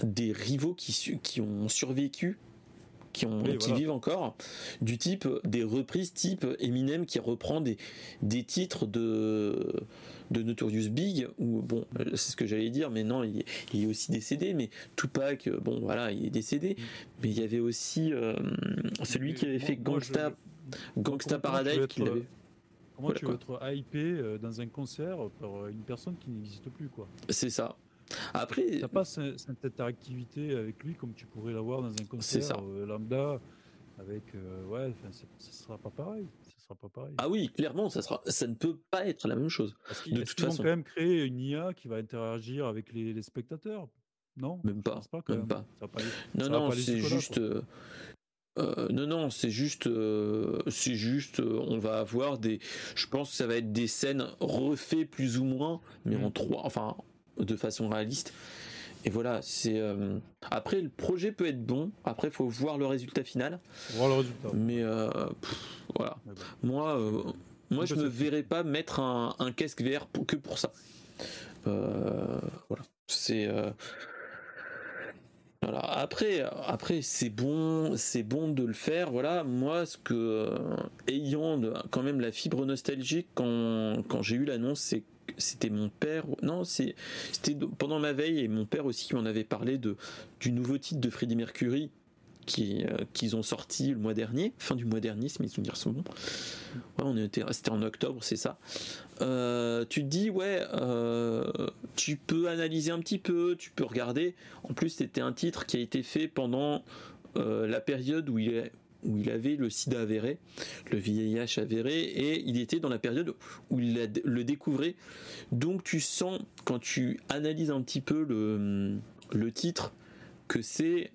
des rivaux qui ont survécu, qui voilà. vivent encore, du type des reprises type Eminem qui reprend des titres de Notorious Big, ou bon, c'est ce que j'allais dire, mais non, il est aussi décédé, mais Tupac, bon voilà, il est décédé, mais il y avait aussi celui qui avait fait Gangsta Paradise, qui l'avait. Comment Voilà, tu veux être hypé dans un concert par une personne qui n'existe plus, quoi. C'est ça. Après, t'as pas cette interactivité avec lui comme tu pourrais l'avoir dans un concert lambda avec ça sera pas pareil. Ah oui, clairement, ça ne peut pas être la même chose. Parce de toute qu'ils vont façon, quand même créer une IA qui va interagir avec les spectateurs. Non, même je pas, pense pas quand même même. pas. Ça va pas aller, Non, ça non, va pas aller c'est jusque-là, juste. quoi. Non, c'est juste, on va avoir je pense que ça va être des scènes refaites plus ou moins, mais en 3, enfin, de façon réaliste. Et voilà, après le projet peut être bon. Après, faut voir le résultat final. Mais voilà. Moi, je me verrais pas mettre un casque VR que pour ça. Voilà. Voilà. Après, c'est bon de le faire. Voilà. Moi, ayant quand même la fibre nostalgique quand j'ai eu l'annonce, c'était mon père. Non, c'était pendant ma veille, et mon père aussi qui m'en avait parlé du nouveau titre de Freddie Mercury qu'ils ont sorti le mois dernier, fin du mois dernier, si mes souvenirs sont bons. Ouais, c'était en octobre, c'est ça. Tu te dis tu peux analyser un petit peu, tu peux regarder. En plus, c'était un titre qui a été fait pendant la période où il avait le sida avéré, le VIH avéré, et il était dans la période où il le découvrait. Donc tu sens, quand tu analyses un petit peu le titre, que c'est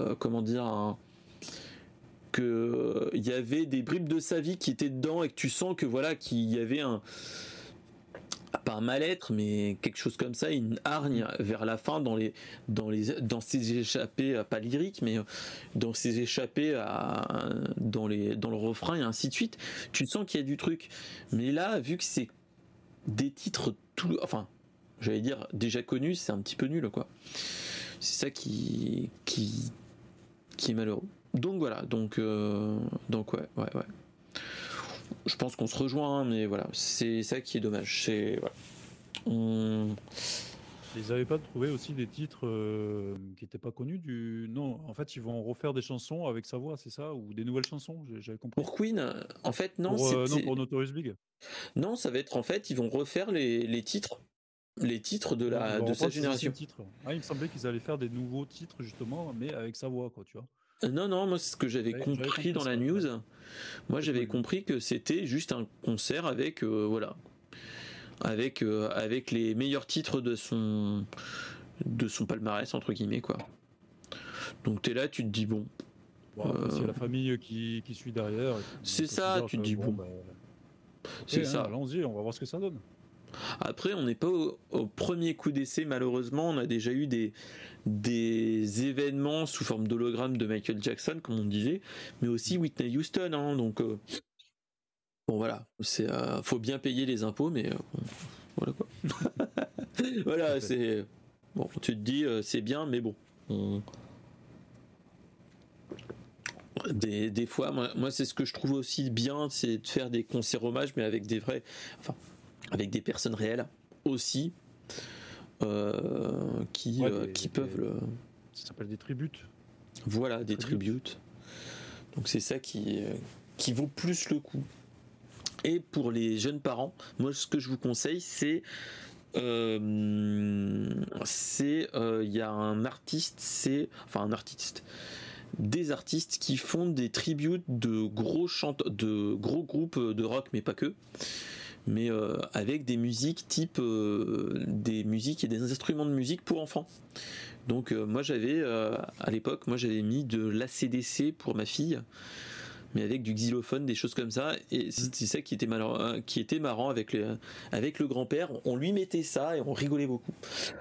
que il y avait des bribes de sa vie qui étaient dedans, et que tu sens que voilà, qu'il y avait pas un mal-être, mais quelque chose comme ça, une hargne vers la fin dans ces échappées, pas lyriques, mais dans ces échappées dans le refrain et ainsi de suite. Tu sens qu'il y a du truc. Mais là, vu que c'est des titres j'allais dire déjà connus, c'est un petit peu nul, quoi. C'est ça qui est malheureux. Donc voilà, donc ouais. Je pense qu'on se rejoint, mais voilà, c'est ça qui est dommage. Ils n'avaient pas trouvé aussi des titres qui n'étaient pas connus Non, en fait, ils vont refaire des chansons avec sa voix, c'est ça? Ou des nouvelles chansons, j'avais compris. Pour Queen, en fait, non. Pour Notorious Big. Non, ça va être, en fait, ils vont refaire les titres. Les titres de sa génération. Il me semblait qu'ils allaient faire des nouveaux titres, justement, mais avec sa voix, quoi, tu vois. Non, moi c'est ce que j'avais compris dans la news. Moi j'avais compris que c'était juste un concert avec avec les meilleurs titres de son palmarès, entre guillemets, quoi. Donc t'es là, tu te dis bon. C'est la famille qui suit derrière. C'est ça, tu te dis bon. C'est ça. Allons-y, on va voir ce que ça donne. Après, on n'est pas au premier coup d'essai, malheureusement. On a déjà eu des événements sous forme d'hologramme de Michael Jackson, comme on disait, mais aussi Whitney Houston, hein, donc bon voilà, faut bien payer les impôts, mais voilà, quoi. Voilà, c'est bon, tu te dis c'est bien, mais bon, des fois, moi c'est ce que je trouve aussi bien, c'est de faire des concerts hommages, mais avec avec des personnes réelles aussi, qui peuvent ça s'appelle des tributes. Voilà, des tributes. Donc c'est ça qui vaut plus le coup. Et pour les jeunes parents, moi ce que je vous conseille, c'est il y a des artistes qui font des tributes de gros groupes de rock, mais pas que, mais avec des musiques type des musiques et des instruments de musique pour enfants. Donc moi j'avais à l'époque, j'avais mis de l'ACDC pour ma fille, mais avec du xylophone, des choses comme ça, et c'est ça qui était marrant avec le grand-père. On lui mettait ça et on rigolait beaucoup.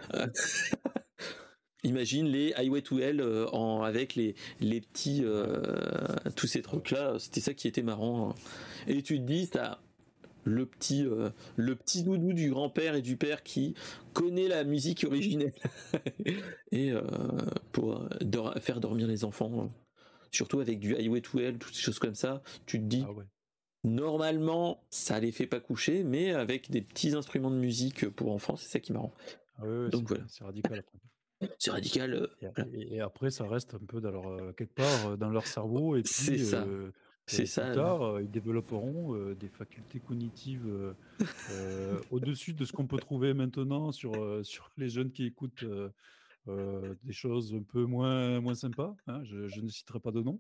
Imagine les Highway to Hell avec les petits tous ces trucs là, c'était ça qui était marrant. Et tu te dis, le petit doudou du grand-père et du père qui connaît la musique originelle et pour faire dormir les enfants, surtout avec du Highway to Hell, toutes ces choses comme ça, tu te dis Ah ouais. normalement ça les fait pas coucher, mais avec des petits instruments de musique pour enfants, c'est ça qui est marrant. Ah ouais, Donc voilà, c'est radical après. c'est radical. Et, Voilà. et après, ça reste un peu dans leur, quelque part dans leur cerveau, et C'est puis ça, c'est plus ça. tard, ils développeront des facultés cognitives au-dessus de ce qu'on peut trouver maintenant sur les jeunes qui écoutent des choses un peu moins sympas, hein. Je ne citerai pas de nom.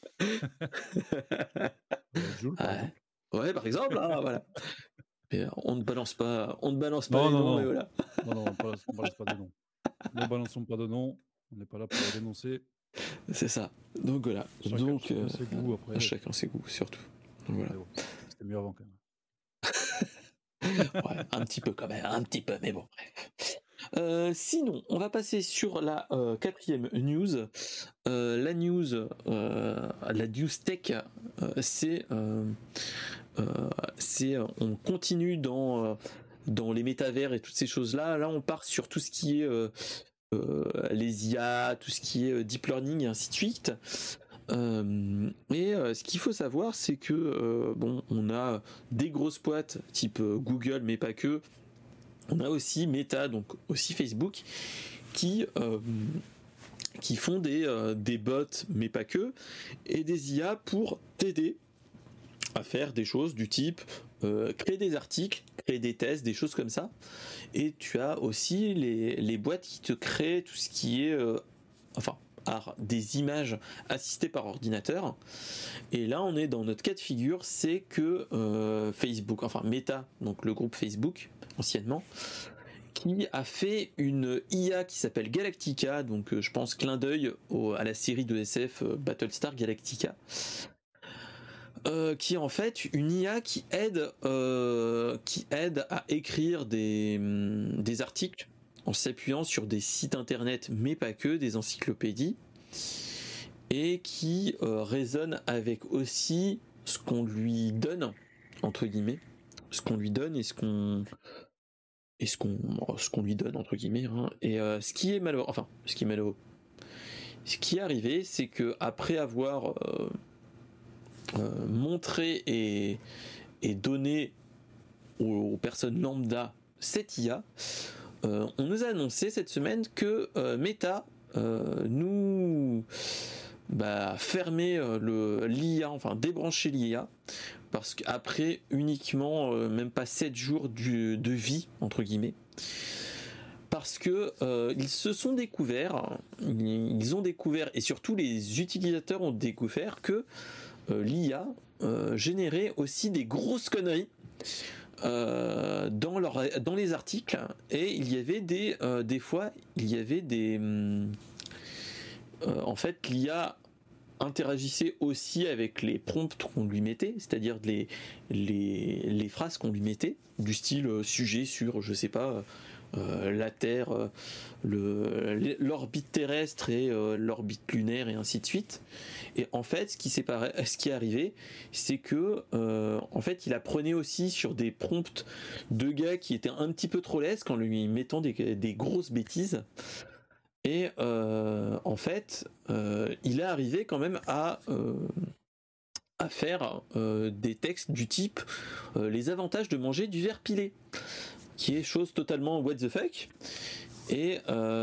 Jul, par Ouais. exemple. Ouais, par exemple, hein, voilà. Mais on ne balance pas Non, les non, noms, mais non, voilà. non, non, on balance pas de nom. Ne balançons pas de nom. On n'est pas là pour les dénoncer. C'est ça. Donc voilà. Chacun ses goûts après. Chacun ses goûts, surtout. Donc, voilà. Bon, c'était mieux avant quand même. Ouais, un petit peu quand même, un petit peu, mais bon, bref. Sinon, on va passer sur la 4e news. La news tech, on continue dans les métavers et toutes ces choses-là. Là, on part sur tout ce qui est les IA, tout ce qui est deep learning et ainsi de suite. Ce qu'il faut savoir, c'est que on a des grosses boîtes type Google, mais pas que. On a aussi Meta, donc aussi Facebook, qui font des bots, mais pas que, et des IA pour t'aider à faire des choses du type créer des articles, créer des tests, des choses comme ça. Et tu as aussi les boîtes qui te créent tout ce qui est des images assistées par ordinateur. Et là, on est dans notre cas de figure, c'est que Facebook, enfin Meta, donc le groupe Facebook, anciennement, qui a fait une IA qui s'appelle Galactica, donc je pense clin d'œil à la série de SF Battlestar Galactica, qui est en fait une IA qui aide à écrire des articles en s'appuyant sur des sites internet, mais pas que, des encyclopédies, et qui résonne avec aussi ce qu'on lui donne, entre guillemets, ce qu'on lui donne et ce qu'on lui donne, entre guillemets, hein. Et ce qui est malheureux, ce qui est arrivé, c'est que après avoir montré et donné aux personnes lambda cette IA, on nous a annoncé cette semaine que Meta nous fermer l'IA, enfin débrancher l'IA, parce qu'après uniquement même pas 7 jours de vie, entre guillemets, parce que ils se sont découverts, ils ont découvert, et surtout les utilisateurs ont découvert que l'IA générait aussi des grosses conneries dans les articles, et il y avait des fois il y avait en fait l'IA interagissait aussi avec les prompts qu'on lui mettait, c'est-à-dire les phrases qu'on lui mettait, du style sujet sur, je sais pas, la Terre, l'orbite terrestre et l'orbite lunaire et ainsi de suite. Et en fait, ce qui est arrivé, c'est que en fait, il apprenait aussi sur des prompts de gars qui étaient un petit peu trop lesques en lui mettant des grosses bêtises. Et en fait, il est arrivé quand même à faire des textes du type les avantages de manger du verre pilé, qui est chose totalement what the fuck. Et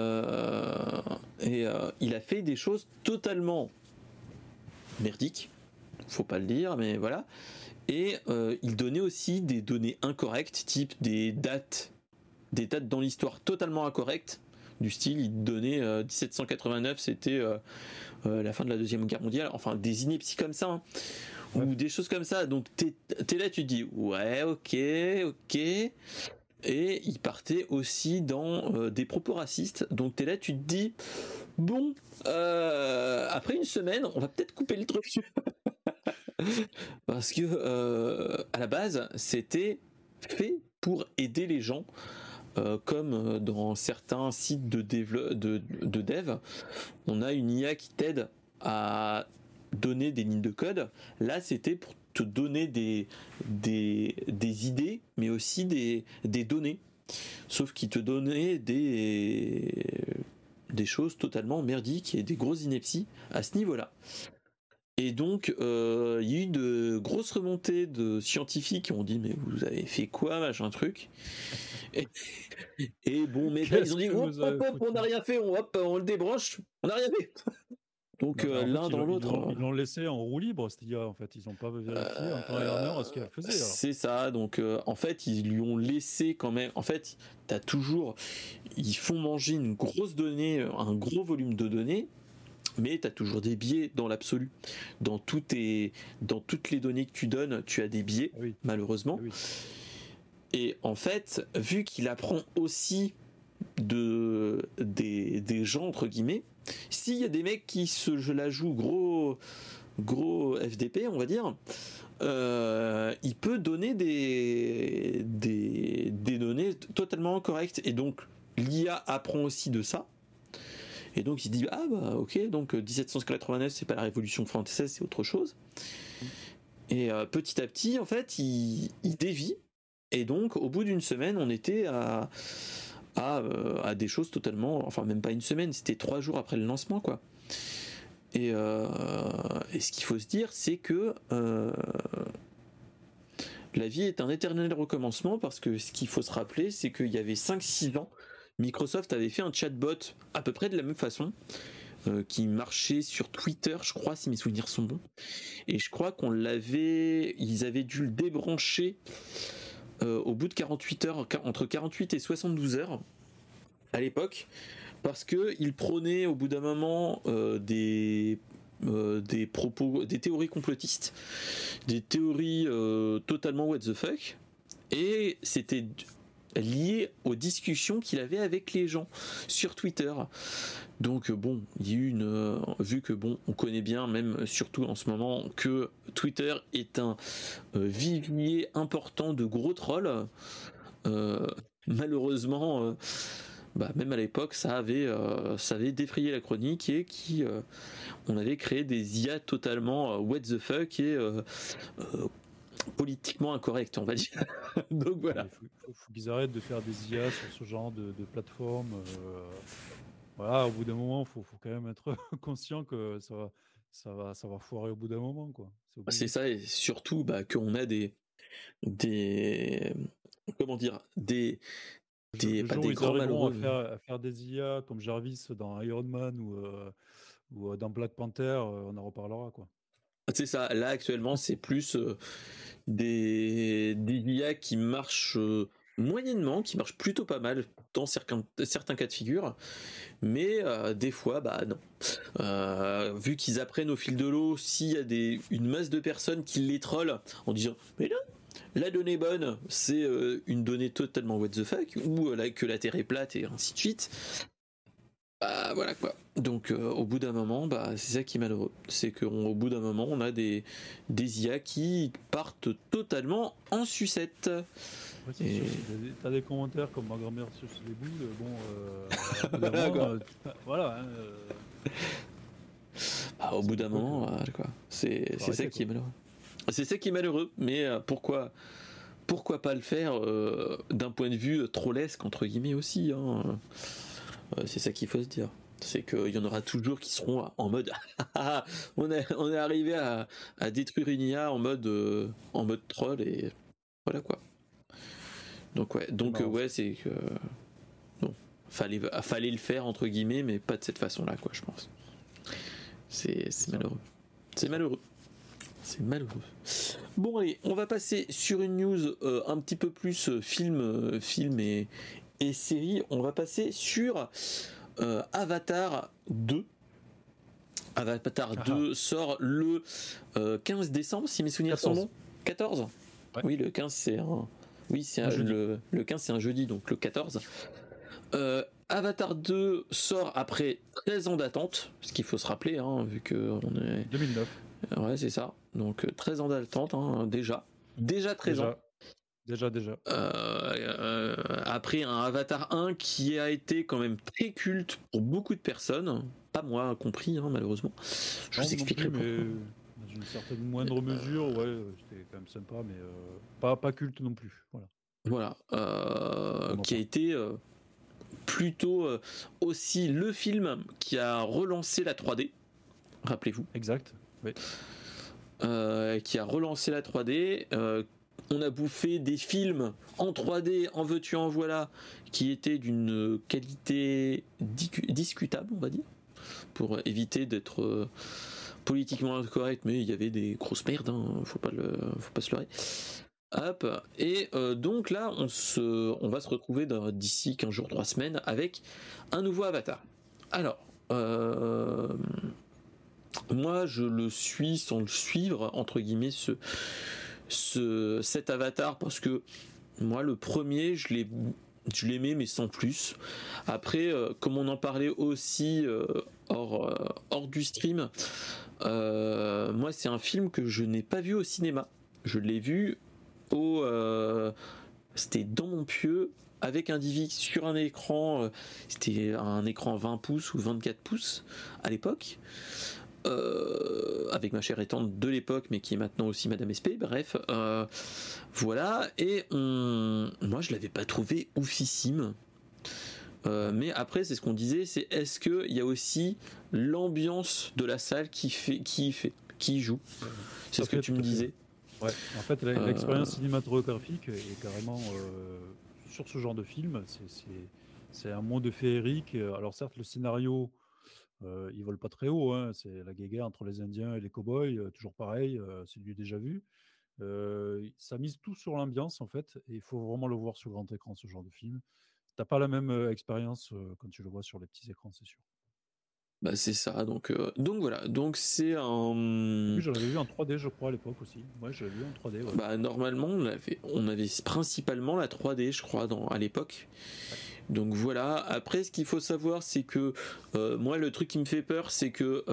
il a fait des choses totalement merdiques, faut pas le dire, mais voilà. Et il donnait aussi des données incorrectes, type des dates dans l'histoire totalement incorrectes. Du style, il donnait 1789, c'était la fin de la Deuxième Guerre mondiale, enfin des inepties comme ça, hein, ouais. Ou des choses comme ça. Donc t'es là, tu te dis ouais, ok. Et il partait aussi dans des propos racistes. Donc t'es là, tu te dis bon, après une semaine, on va peut-être couper le truc. Parce que à la base, c'était fait pour aider les gens. Comme dans certains sites de dev, on a une IA qui t'aide à donner des lignes de code. Là, c'était pour te donner des idées, mais aussi des données. Sauf qu'il te donnait des choses totalement merdiques et des grosses inepties à ce niveau-là. Et donc, il y a eu de grosses remontées de scientifiques qui ont dit mais vous avez fait quoi, machin truc. Et bon, mais là, ils ont dit hop, on n'a rien fait, on le débranche, on n'a rien fait. Donc l'un dans l'autre. Ils l'ont laissé en roue libre, c'est-à-dire en fait, ils n'ont pas vérifié en temps et en heure ce qu'elle faisait. Alors. C'est ça, donc en fait, ils lui ont laissé quand même. En fait, ils font manger une grosse donnée, un gros volume de données. Mais tu as toujours des biais dans l'absolu. Dans toutes les données que tu donnes, tu as des biais, malheureusement. Oui. Et en fait, vu qu'il apprend aussi des gens, entre guillemets, s'il y a des mecs qui je la joue gros FDP, on va dire, il peut donner des données totalement correctes. Et donc, l'IA apprend aussi de ça. Et donc il se dit ok, donc 1789 c'est pas la Révolution française, c'est autre chose. Et petit à petit en fait il dévie. Et donc au bout d'une semaine on était à des choses totalement, enfin même pas une semaine, c'était 3 jours après le lancement quoi. Et ce qu'il faut se dire c'est que la vie est un éternel recommencement, parce que ce qu'il faut se rappeler c'est qu'il y avait 5-6 ans Microsoft avait fait un chatbot à peu près de la même façon, qui marchait sur Twitter, je crois, si mes souvenirs sont bons. Et je crois ils avaient dû le débrancher au bout de 48 heures, entre 48 et 72 heures à l'époque, parce que il prônait au bout d'un moment des propos, des théories complotistes, des théories totalement what the fuck, et c'était lié aux discussions qu'il avait avec les gens sur Twitter. Donc bon, il y a eu vu que bon, on connaît bien, même surtout en ce moment, que Twitter est un vivier important de gros trolls. Malheureusement, même à l'époque, ça avait défrayé la chronique, et on avait créé des IA totalement what the fuck et politiquement incorrect, on va dire. Donc voilà. Il faut qu'ils arrêtent de faire des IA sur ce genre de plateforme. Voilà, au bout d'un moment, faut quand même être conscient que ça va foirer au bout d'un moment, quoi. C'est ça, et surtout qu'on a des comment dire, des grands malheureux à faire des IA comme Jarvis dans Iron Man ou dans Black Panther, on en reparlera, quoi. C'est ça, là actuellement c'est plus des IA qui marchent moyennement, qui marchent plutôt pas mal dans certains cas de figure, mais des fois non. Vu qu'ils apprennent au fil de l'eau, s'il y a une masse de personnes qui les trollent en disant mais là la donnée bonne c'est une donnée totalement what the fuck, ou que la Terre est plate et ainsi de suite. Voilà quoi. Donc au bout d'un moment, c'est ça qui est malheureux. C'est qu'au bout d'un moment, on a des IA qui partent totalement en sucette. Ouais, t'as des commentaires comme ma grand-mère sur les boules. Voilà. Au bout d'un moment, quoi. C'est ça qui est malheureux. C'est ça qui est malheureux. Mais pourquoi pas le faire d'un point de vue trollesque entre guillemets aussi, hein. C'est ça qu'il faut se dire. C'est qu'il y en aura toujours qui seront en mode on est arrivé à détruire une IA en mode troll, et voilà quoi. Donc ouais, c'est que non, fallait le faire entre guillemets, mais pas de cette façon-là, quoi, je pense. C'est malheureux. C'est malheureux. Bon allez, on va passer sur une news un petit peu plus film et série. On va passer sur Avatar 2. Avatar 2 sort le 15 décembre, si mes souvenirs sont bons. 14 ouais. Oui, le 15 c'est un... Oui, le 15 c'est un jeudi, donc le 14. Avatar 2 sort après 13 ans d'attente, ce qu'il faut se rappeler, hein, vu que on est... 2009. Ouais, c'est ça. Donc 13 ans d'attente, hein, déjà 13 ans. Déjà. Après un Avatar 1 qui a été quand même très culte pour beaucoup de personnes, pas moi compris, hein, malheureusement. Je vous expliquerai pourquoi. d'une certaine moindre mesure, ouais, c'était quand même sympa, mais pas culte non plus. Voilà. Voilà, qui a été plutôt aussi le film qui a relancé la 3D, rappelez-vous. Exact, oui. Qui a relancé la 3D. On a bouffé des films en 3D, en veux-tu, en voilà, qui étaient d'une qualité discutable, on va dire, pour éviter d'être politiquement incorrect, mais il y avait des grosses merdes, hein, faut pas se leurrer. Hop, et donc là, on va se retrouver d'ici 15 jours, 3 semaines, avec un nouveau Avatar. Alors, moi, je le suis sans le suivre, entre guillemets, cet Avatar, parce que moi, le premier, je l'aimais, mais sans plus. Après, comme on en parlait aussi hors du stream, moi, c'est un film que je n'ai pas vu au cinéma. Je l'ai vu c'était dans mon pieu, avec un DivX sur un écran, c'était un écran 20 pouces ou 24 pouces à l'époque, avec ma chère et tante de l'époque, mais qui est maintenant aussi Madame SP, bref, voilà, et moi je l'avais pas trouvé oufissime. Mais après, c'est ce qu'on disait, c'est est-ce qu'il y a aussi l'ambiance de la salle qui joue. C'est ce que tu me disais. Ouais, en fait, l'expérience cinématographique est carrément sur ce genre de film. C'est un monde féerique. Alors certes, le scénario, il vole pas très haut, hein. C'est la guéguerre entre les Indiens et les cow-boys, toujours pareil, c'est du déjà vu. Ça mise tout sur l'ambiance, en fait, et il faut vraiment le voir sur grand écran, ce genre de film. T'as pas la même expérience quand tu le vois sur les petits écrans, c'est sûr. Bah c'est ça, donc voilà, donc c'est un... Oui, j'en avais vu en 3D, je crois, à l'époque aussi. Ouais, je l'avais vu en 3D. Ouais. Bah normalement, on avait principalement la 3D, je crois, à l'époque. Ouais. Donc voilà, après ce qu'il faut savoir, c'est que moi, le truc qui me fait peur, c'est que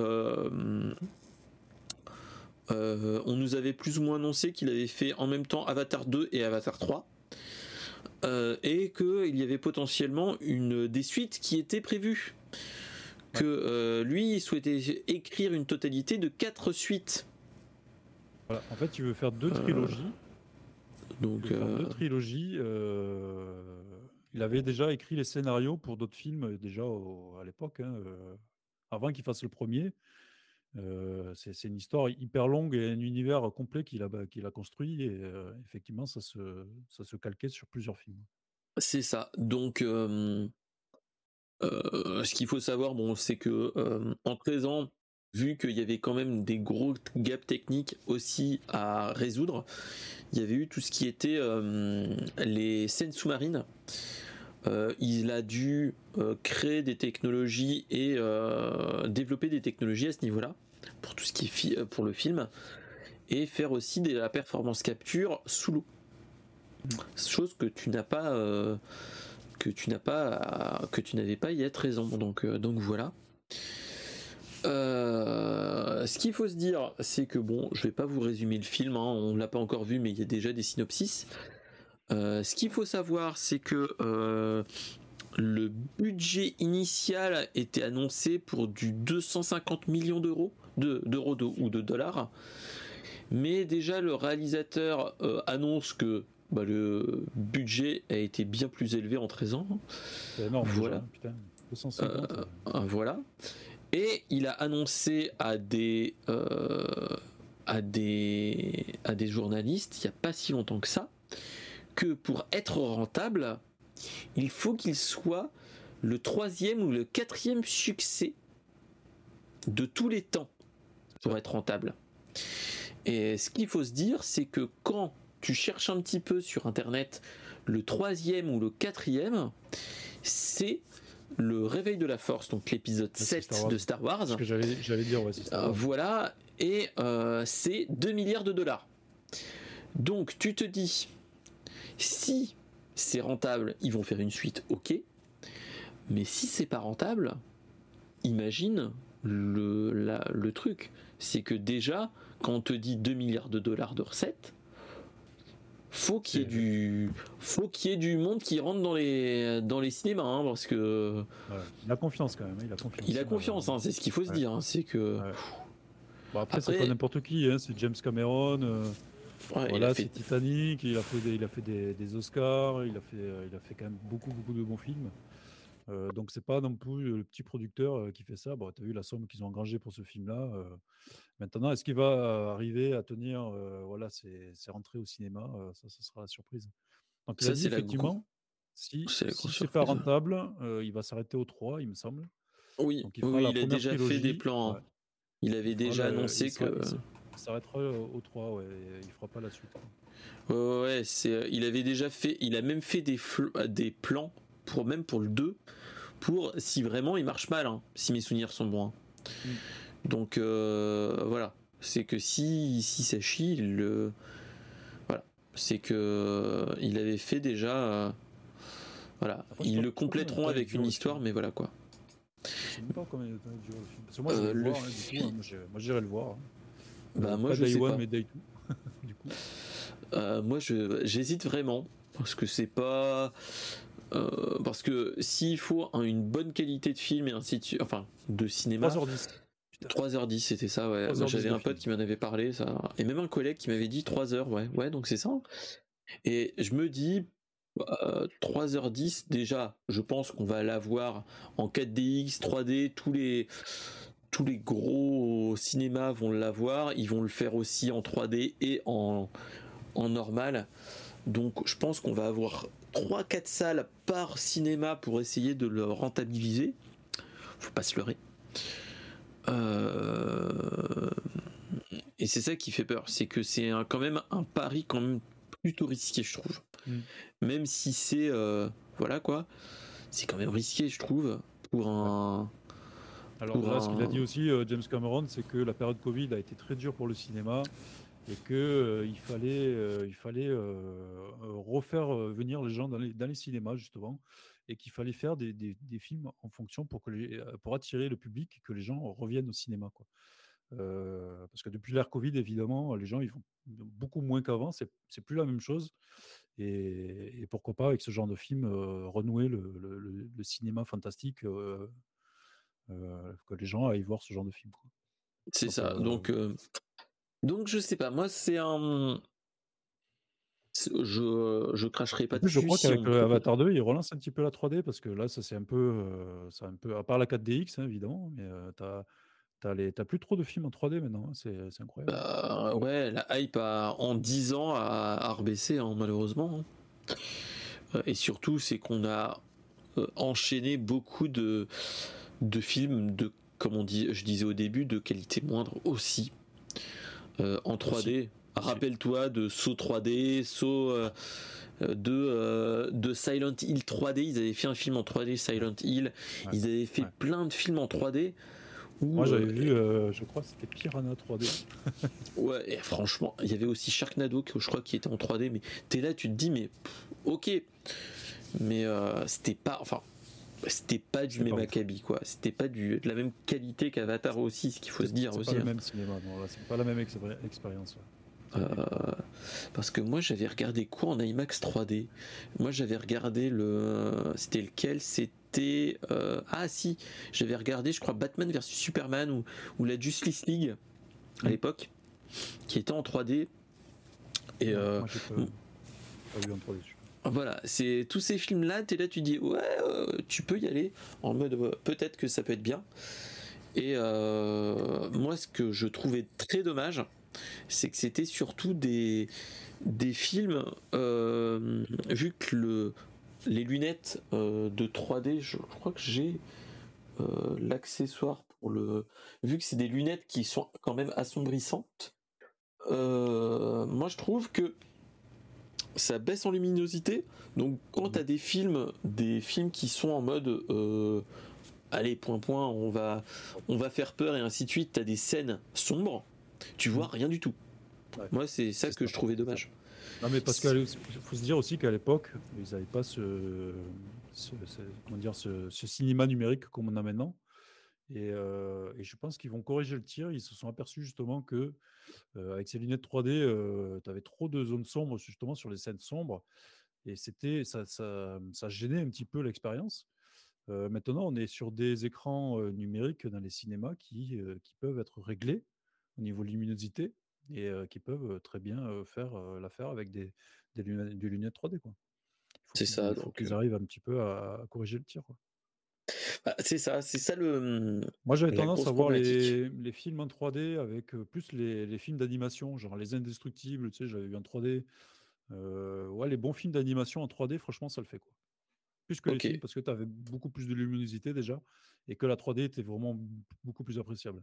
on nous avait plus ou moins annoncé qu'il avait fait en même temps Avatar 2 et Avatar 3. Et qu'il y avait potentiellement des suites qui étaient prévues. Que lui, il souhaitait écrire une totalité de 4 suites. Voilà. En fait, il veut faire 2 trilogies. Donc, 2 trilogies. Il avait déjà écrit les scénarios pour d'autres films déjà à l'époque, hein, avant qu'il fasse le premier. C'est une histoire hyper longue et un univers complet qu'il a construit. Et effectivement, ça se calquait sur plusieurs films. C'est ça. Donc, ce qu'il faut savoir, bon, c'est que en présent, vu qu'il y avait quand même des gros gaps techniques aussi à résoudre, il y avait eu tout ce qui était les scènes sous-marines. Il a dû créer des technologies et développer des technologies à ce niveau-là pour tout ce qui est pour le film, et faire aussi de la performance capture sous l'eau, chose que tu n'as pas que tu n'avais pas il y a 13 ans. Donc voilà. Ce qu'il faut se dire, c'est que bon, je vais pas vous résumer le film, hein, on l'a pas encore vu, mais il y a déjà des synopsis. Ce qu'il faut savoir, c'est que le budget initial était annoncé pour du 250 millions d'euros, ou de dollars. Mais déjà, le réalisateur annonce que le budget a été bien plus élevé en 13 ans. C'est énorme, voilà. Déjà, putain, 250. Voilà. Et il a annoncé à des journalistes, il n'y a pas si longtemps que ça, que pour être rentable, il faut qu'il soit le 3e ou le 4e succès de tous les temps pour être rentable. Et ce qu'il faut se dire, c'est que quand tu cherches un petit peu sur internet, le 3e ou le 4e, c'est le Réveil de la Force, donc l'épisode 7 de Star Wars. Ce que j'allais dire, ouais, c'est Star Wars. Voilà, et c'est 2 milliards de dollars. Donc tu te dis, si c'est rentable, ils vont faire une suite, ok. Mais si c'est pas rentable, imagine le truc. C'est que déjà, quand on te dit 2 milliards de dollars de recettes, faut qu'il y ait du monde qui rentre dans les cinémas, hein, parce que il a confiance quand même. Il a confiance, hein, c'est ce qu'il faut se dire. Hein, c'est que Bon, après, c'est pas Après, n'importe qui, hein, c'est James Cameron. ouais, il a Voilà, c'est fait. Titanic. Il a fait des Oscars. Il a fait quand même beaucoup, beaucoup de bons films. Donc, c'est pas non plus le petit producteur qui fait ça. Bon, tu as vu la somme qu'ils ont engrangée pour ce film-là. Maintenant, est-ce qu'il va arriver à tenir voilà, ses rentrées au cinéma? Ça sera la surprise. Donc, il a Ça, dit effectivement, c'est la si grosse c'est pas surprise. Ouais. rentable, il va s'arrêter au 3, il me semble. Oui, Donc, il fera oui, la il a première déjà fait des trilogie. plans, Ouais. hein. Il Il avait fera déjà le, annoncé que. il s'arrêtera au 3, ouais, et il fera pas la suite, quoi. Ouais, ouais, ouais, il avait déjà fait. Il a même fait des plans pour même pour le 2 pour si vraiment il marche mal, hein, si mes souvenirs sont bons, hein. Mm. Donc voilà, c'est que si ça chie, voilà, c'est que il avait fait déjà. Voilà, Après, ils le je sais pas combien de compléteront temps il avec dure une le film. histoire, mais voilà quoi. Je sais même pas combien de temps il dure le film. Parce que moi, je vais le Le voir, hein, du coup, hein, film, moi, j'irai le voir, hein. bah moi Pas je Day sais One, pas. mais Day 2, du coup. Moi j'hésite vraiment parce que c'est pas parce que s'il faut une bonne qualité de film et ainsi de suite, enfin de cinéma, 3h10. Putain, 3h10 c'était ça, ouais. Moi 3h10 j'avais de un pote film. qui m'en avait parlé, ça, et même un collègue qui m'avait dit 3 heures, ouais, ouais, donc c'est ça. Et je me dis 3h10, déjà, je pense qu'on va l'avoir en 4DX, 3D, tous les gros cinémas vont l'avoir, ils vont le faire aussi en 3D et en normal. Donc je pense qu'on va avoir 3-4 salles par cinéma pour essayer de le rentabiliser. Faut pas se leurrer. Euh, Et c'est ça qui fait peur, c'est que c'est quand même un pari quand même plutôt risqué, je trouve. Mm. Même si c'est voilà quoi, c'est quand même risqué, je trouve, pour Ouais. un Alors pour là, ce qu'il a un dit aussi, James Cameron, c'est que la période Covid a été très dure pour le cinéma et que il fallait refaire venir les gens dans les cinémas justement, et qu'il fallait faire des films en fonction pour attirer le public et que les gens reviennent au cinéma, quoi. Parce que depuis l'ère Covid, évidemment, les gens ils vont beaucoup moins qu'avant. C'est plus la même chose. Et pourquoi pas avec ce genre de film renouer le cinéma fantastique, que les gens aillent voir ce genre de film, quoi. c'est Donc, ça. Donc je sais pas, moi je cracherai en pas plus, je dessus crois si on qu'avec me propose. Avatar 2, ils relancent un petit peu la 3D parce que là, ça c'est un peu, à part la 4DX, hein, évidemment, mais t'as plus trop de films en 3D maintenant, hein, c'est incroyable. Ouais, la hype en 10 ans a rebaissé, hein, malheureusement, hein. Et surtout, c'est qu'on a enchaîné beaucoup de films de, comme je disais au début, de qualité moindre aussi, en Aussi, 3D. aussi. Rappelle-toi de Saw 3D, Saw de Silent Hill 3D. Ils avaient fait un film en 3D, Ouais, Silent Hill. ouais, Ils avaient fait ouais. plein de films en 3D où, Moi, j'avais vu, je crois que c'était Piranha 3D. ouais, et franchement, il y avait aussi Sharknado, que je crois, qui était en 3D. Mais t'es là, tu te dis, mais ok, mais c'était pas du C'était pas même ouf. acabit, quoi. C'était pas de la même qualité qu'Avatar aussi, ce qu'il faut se dire C'est pas aussi, le hein. même cinéma, non, là, c'est pas la même expérience, ouais. C'est Euh, clair. Parce que moi j'avais regardé quoi en IMAX 3D. Moi j'avais regardé c'était lequel? C'était ah si, j'avais regardé, je crois, Batman versus Superman ou la Justice League à Mm. l'époque, qui était en 3D. Et Ouais, moi, j'ai pas vu en 3D celui-là. voilà, c'est tous ces films là, t'es là, tu dis ouais, tu peux y aller en mode peut-être que ça peut être bien. Et moi ce que je trouvais très dommage, c'est que c'était surtout des films, vu que les lunettes de 3D, je crois que j'ai l'accessoire pour le. Vu que c'est des lunettes qui sont quand même assombrissantes, moi je trouve que ça baisse en luminosité. Donc quand Mm. t'as des films qui sont en mode allez, point point, on va faire peur et ainsi de suite, t'as des scènes sombres, tu vois Mm. rien du tout. Ouais, Moi c'est ça c'est que ça. je trouvais dommage. Non, mais parce qu'il faut se dire aussi qu'à l'époque, ils n'avaient pas comment dire, ce cinéma numérique comme on a maintenant. Et je pense qu'ils vont corriger le tir. Ils se sont aperçus justement que avec ces lunettes 3D, tu avais trop de zones sombres justement sur les scènes sombres. Et ça gênait un petit peu l'expérience. Maintenant, on est sur des écrans numériques dans les cinémas qui peuvent être réglés au niveau luminosité et qui peuvent très bien faire l'affaire avec des lunettes 3D, quoi. C'est ça, Il faut donc qu'ils arrivent un petit peu à corriger le tir, quoi. bah, c'est ça Moi, j'avais la tendance grosse à voir problématique. les films en 3D avec plus les films d'animation, genre Les Indestructibles, tu sais, j'avais vu en 3D. Ouais, les bons films d'animation en 3D, franchement, ça le fait, quoi. Plus que les films, OK. parce que tu avais beaucoup plus de luminosité déjà, et que la 3D était vraiment beaucoup plus appréciable.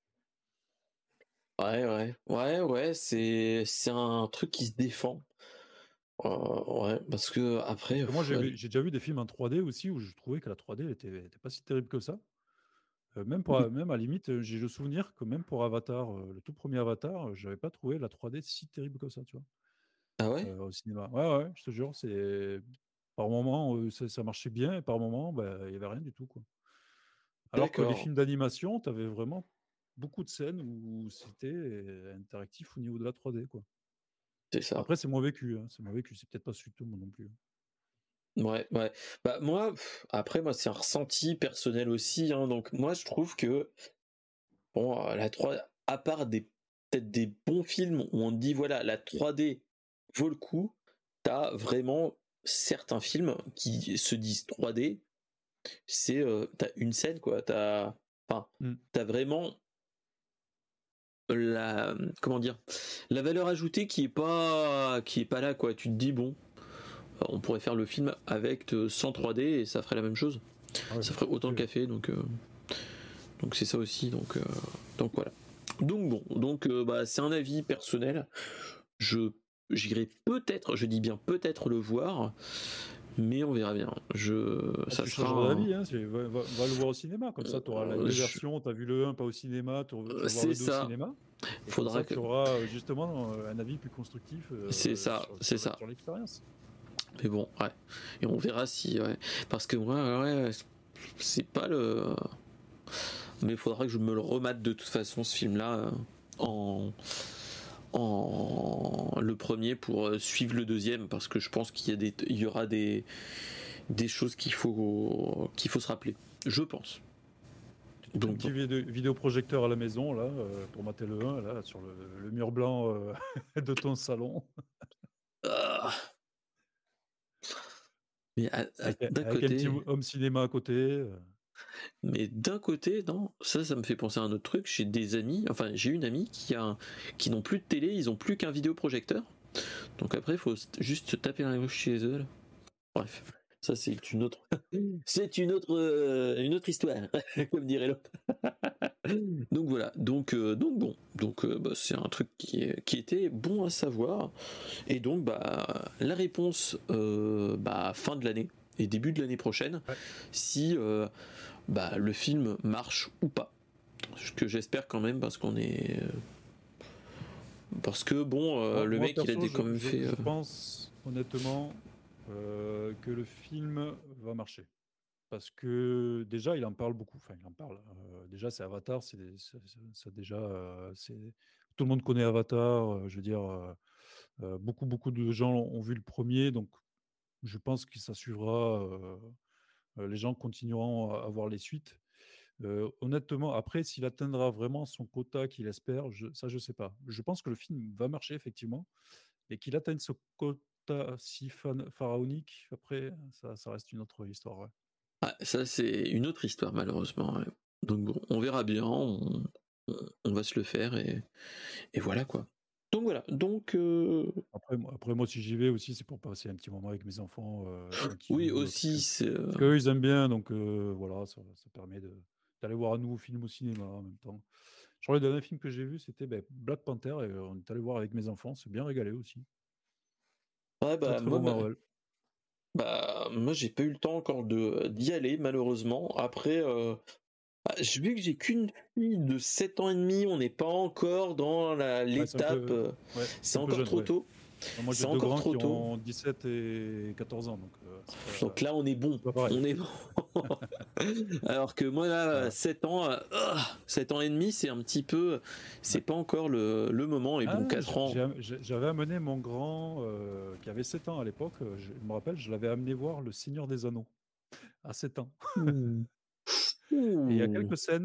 Ouais, ouais. Ouais, ouais, c'est un truc qui se défend. Ouais, parce que Parce après, que moi, ouais, j'ai déjà vu des films en 3D aussi où je trouvais que la 3D était pas si terrible que ça. mmh. Même à la limite, j'ai le souvenir que même pour Avatar, le tout premier Avatar, j'avais pas trouvé la 3D si terrible que ça, tu vois, Ah ouais? au cinéma. Ouais, ouais, je te jure, c'est par moment, ça marchait bien et par moment, bah, il y avait rien du tout, quoi. Alors que les D'accord, films d'animation, tu avais vraiment beaucoup de scènes où c'était interactif au niveau de la 3D, quoi. c'est ça. Après, c'est moins vécu, hein, c'est moins vécu, c'est peut-être pas celui de tout le monde non plus. Ouais, ouais. Bah, moi, après, moi, c'est un ressenti personnel aussi, hein, donc moi, je trouve que, bon, la 3 à part peut-être des bons films où on te dit: «Voilà, la 3D vaut le coup», t'as vraiment certains films qui se disent 3D, tu une scène, quoi, enfin, Mmh. t'as vraiment comment dire? La valeur ajoutée qui est pas là, quoi. Tu te dis: «Bon, on pourrait faire le film avec, sans 3D et ça ferait la même chose. Ah ouais, Ça bah, ferait tout à autant le fait. café», donc c'est ça aussi, donc voilà. Donc bon, bah, c'est un avis personnel. Je J'irai peut-être, je dis bien peut-être le voir, mais on verra bien. Ah, Ça tu sera changeras d'avis, hein, va le voir au cinéma, comme ça tu auras les 2 je versions. Tu as vu le 1 pas au cinéma, tu vas voir c'est le 2 au ça. cinéma et comme Faudra ça que tu auras, justement, un avis plus constructif, c'est ça. sur l'expérience. Mais bon, ouais. Et on verra si, ouais. Parce que moi, ouais, c'est pas le. Mais il faudra que je me le remate de toute façon, ce film-là, en, le premier pour suivre le deuxième, parce que je pense il y aura des choses qu'il faut se rappeler. Je pense. Tu te fais un Donc petit bon. vidéoprojecteur à la maison là, pour mater le 1 là, sur le mur blanc, de ton salon Ah, mais d'un avec un petit côté, home cinéma à côté, non, ça me fait penser à un autre truc. J'ai des amis, enfin j'ai une amie qui n'ont plus de télé, ils ont plus qu'un vidéoprojecteur. Donc après, il faut juste se taper dans la bouche chez eux. Là. Bref, ça c'est une autre, c'est une autre histoire, comme dirait l'autre. Donc voilà, donc bon, bah, c'est un truc qui était bon à savoir. Et donc bah la réponse, bah fin de l'année et début de l'année prochaine, ouais. si bah le film marche ou pas. Ce que j'espère quand même parce que bon, le Moi mec il a perso, quand même fait. je pense honnêtement, que le film va marcher. Parce que déjà, il en parle beaucoup. Enfin, il en parle. Déjà, c'est Avatar, déjà, tout le monde connaît Avatar. Je veux dire, beaucoup de gens ont vu le premier, donc je pense que ça suivra. Les gens continueront à voir les suites. Honnêtement, après, s'il atteindra vraiment son quota qu'il espère, ça, je sais pas. Je pense que le film va marcher effectivement, et qu'il atteigne ce quota si pharaonique. Après, ça reste une autre histoire. Ouais. Ah, ça c'est une autre histoire malheureusement. Ouais. Donc bon, on verra bien, on va se le faire et voilà quoi. Donc voilà, Après, moi, si j'y vais aussi, c'est pour passer un petit moment avec mes enfants, oui tranquillou, aussi c'est parce qu'eux, ils aiment bien, donc voilà, ça permet d'aller voir un nouveau film au cinéma en même temps. Je crois que le dernier film que j'ai vu, c'était Black Panther, et on est allé voir avec mes enfants, c'est bien régalé aussi. ouais Très bah très bon Marvel. moi j'ai pas eu le temps encore de d'y aller malheureusement. Après vu que j'ai qu'une fille de 7 ans et demi, on n'est pas encore dans Ouais, c'est un l'étape, peu, ouais, c'est c'est un peu encore jeune, trop ouais. tôt. Non, moi, j'ai C'est deux encore grands trop qui tôt. ont 17 et 14 ans, donc Donc là, on est bon. c'est pas pareil. On est bon. Alors que moi, là, Voilà. 7 ans, 7 ans et demi, c'est un petit peu. C'est Ouais. pas encore le moment. Et bon, Ah, 4 ans. j'avais amené mon grand, qui avait 7 ans à l'époque, je me rappelle, je l'avais amené voir Le Seigneur des Anneaux, à 7 ans. Ouh. Et il y a Ouh. quelques scènes.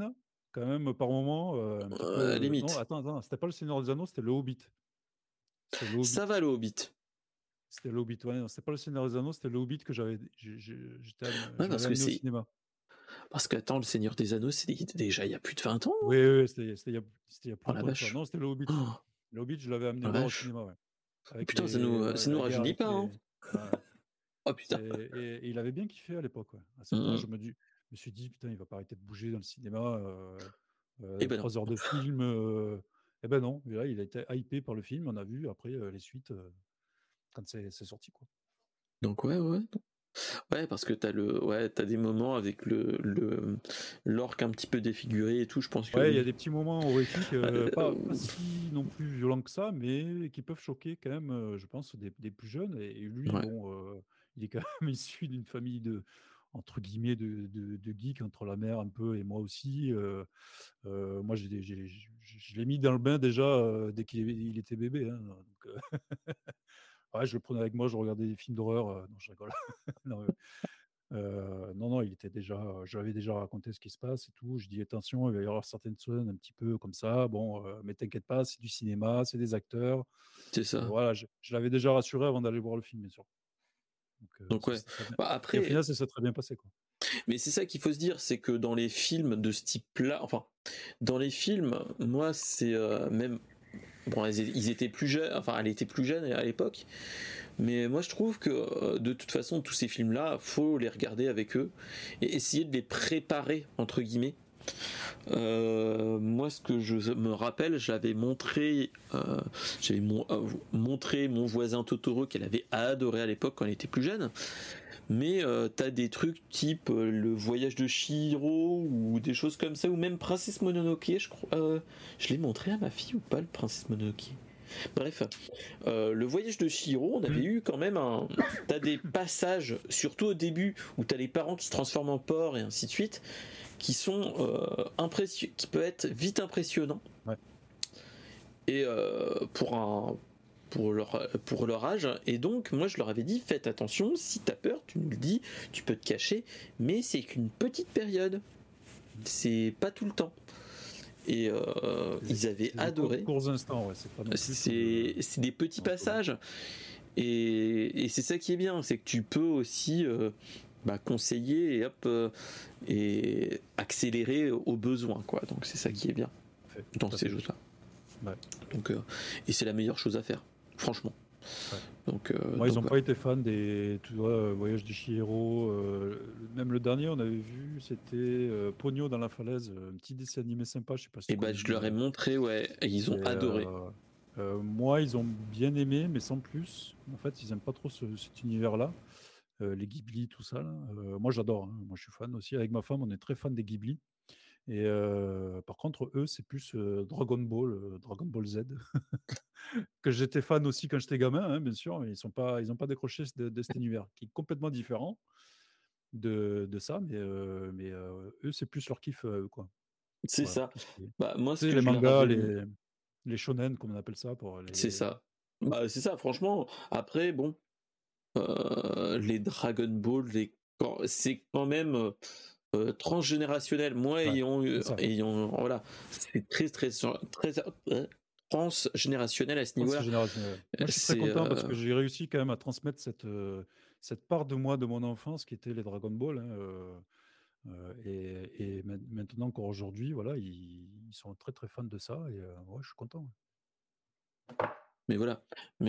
quand même par moment, un petit À la peu. Non, limite. attends, c'était pas le Seigneur des Anneaux, c'était le Hobbit. C'était le Hobbit. Ça va le Hobbit. C'était le Hobbit. Ouais, non, c'était pas le Seigneur des Anneaux, c'était le Hobbit que Ouais, je parce l'avais que amené au c'est. cinéma. Parce que, attends, le Seigneur des Anneaux, c'est déjà il y a plus de 20 ans. Oui, oui, c'était il y a plus Oh la longtemps que ça. vache. Non, c'était le Hobbit. Oh, Le Hobbit, je l'avais amené la voir au vache. cinéma, ouais. Avec Putain, ça nous la guerre rajeunit avec pas, hein. les. Ouais. Oh putain. Et il avait bien kiffé à l'époque, ouais. À cet âge, Hum. je me suis dit, putain, il va pas arrêter de bouger dans le cinéma. Eh ben non. 3 heures de film. Eh ben non. Et là, il a été hypé par le film. On a vu après les suites quand c'est sorti, quoi. Donc ouais. Ouais, parce que t'as des moments avec l'orque un petit peu défiguré et tout, je pense que Ouais, il y a oui. des petits moments horrifiques, pas Euh, si non plus violents que ça, mais qui peuvent choquer quand même, je pense, des plus jeunes. Et lui, ouais, bon, il est quand même issu d'une famille entre guillemets, de geeks, entre la mère un peu et moi aussi. Moi, je l'ai mis dans le bain déjà dès qu'il était bébé, hein, donc, ouais, je le prenais avec moi, je regardais des films d'horreur. Non, je rigole. Non, non, il était déjà, je lui avais déjà raconté ce qui se passe et tout. Je dis: «Attention, il va y avoir certaines scènes un petit peu comme ça. Bon, mais t'inquiète pas, c'est du cinéma, c'est des acteurs». c'est ça. Voilà, je l'avais déjà rassuré avant d'aller voir le film, bien sûr. Donc Donc ça ouais. s'est très bien Bah, et au après, final, ça s'est très bien passé, quoi. mais c'est ça qu'il faut se dire, c'est que dans les films de ce type-là, enfin, dans les films, moi, c'est même. Bon, ils étaient plus jeunes, enfin, elle était plus jeune à l'époque, mais moi je trouve que de toute façon, tous ces films-là, faut les regarder avec eux et essayer de les préparer, entre guillemets. Moi, ce que je me rappelle, montré mon voisin Totoro qu'elle avait adoré à l'époque quand elle était plus jeune. Mais t'as des trucs type le voyage de Chihiro ou des choses comme ça, ou même Princesse Mononoke, je crois. Je l'ai montré à ma fille ou pas, le Princesse Mononoke. Bref, le voyage de Chihiro, on avait Mmh. eu quand même T'as des passages, surtout au début, où t'as les parents qui se transforment en porc et ainsi de suite, qui sont qui peuvent être vite impressionnants. Ouais. Et pour leur âge. Et donc, moi, je leur avais dit, faites attention, si t'as peur, tu nous le dis, tu peux te cacher, mais c'est qu'une petite période. C'est pas tout le temps. Et ils avaient C'est des adoré. courts instants, ouais, c'est pas non plus tout C'est des petits le long. passages. Et c'est ça qui est bien, c'est que tu peux aussi conseiller et hop et accélérer au besoin, quoi. Donc c'est ça qui est bien Fait, dans tout à ces fait. jeux-là. Ouais. Donc et c'est la meilleure chose à faire, franchement. Ouais. Donc Moi, ils n'ont voilà. pas été fans des tu vois, Voyage de Chihiro. Même le dernier, on avait vu, c'était Pogno dans la falaise, un petit dessin animé sympa. Je sais pas si tu Et connais je leur ai déjà. montré, ouais, et ils Et, ont adoré. moi, ils ont bien aimé, mais sans plus. En fait, ils n'aiment pas trop cet univers-là, les Ghibli, tout ça, là. Moi, j'adore, hein. Moi, je suis fan aussi. Avec ma femme, on est très fan des Ghibli. Et par contre, eux, c'est plus Dragon Ball Z, que j'étais fan aussi quand j'étais gamin, hein, bien sûr, mais ils n'ont pas décroché de cet univers, qui est complètement différent de ça, mais eux, c'est plus leur kiff, eux, quoi. C'est Voilà, ça. tout ce qui est. Bah moi, Tu ce sais, que les je leur mangas, avais, les shonen, comme on appelle ça, pour c'est les. ça. Bah c'est ça. Franchement, après, bon, les Dragon Ball, c'est quand même transgénérationnel. Moi, Ouais, c'est ça. voilà, c'est très transgénérationnel à ce Ouais, c'est niveau-là. générationnel, ouais. Moi, je suis très C'est content parce que j'ai réussi quand même à transmettre cette part de moi, de mon enfance, qui était les Dragon Ball, hein, et maintenant encore aujourd'hui, voilà, ils sont très, très fans de ça et ouais, je suis content, ouais. mais voilà,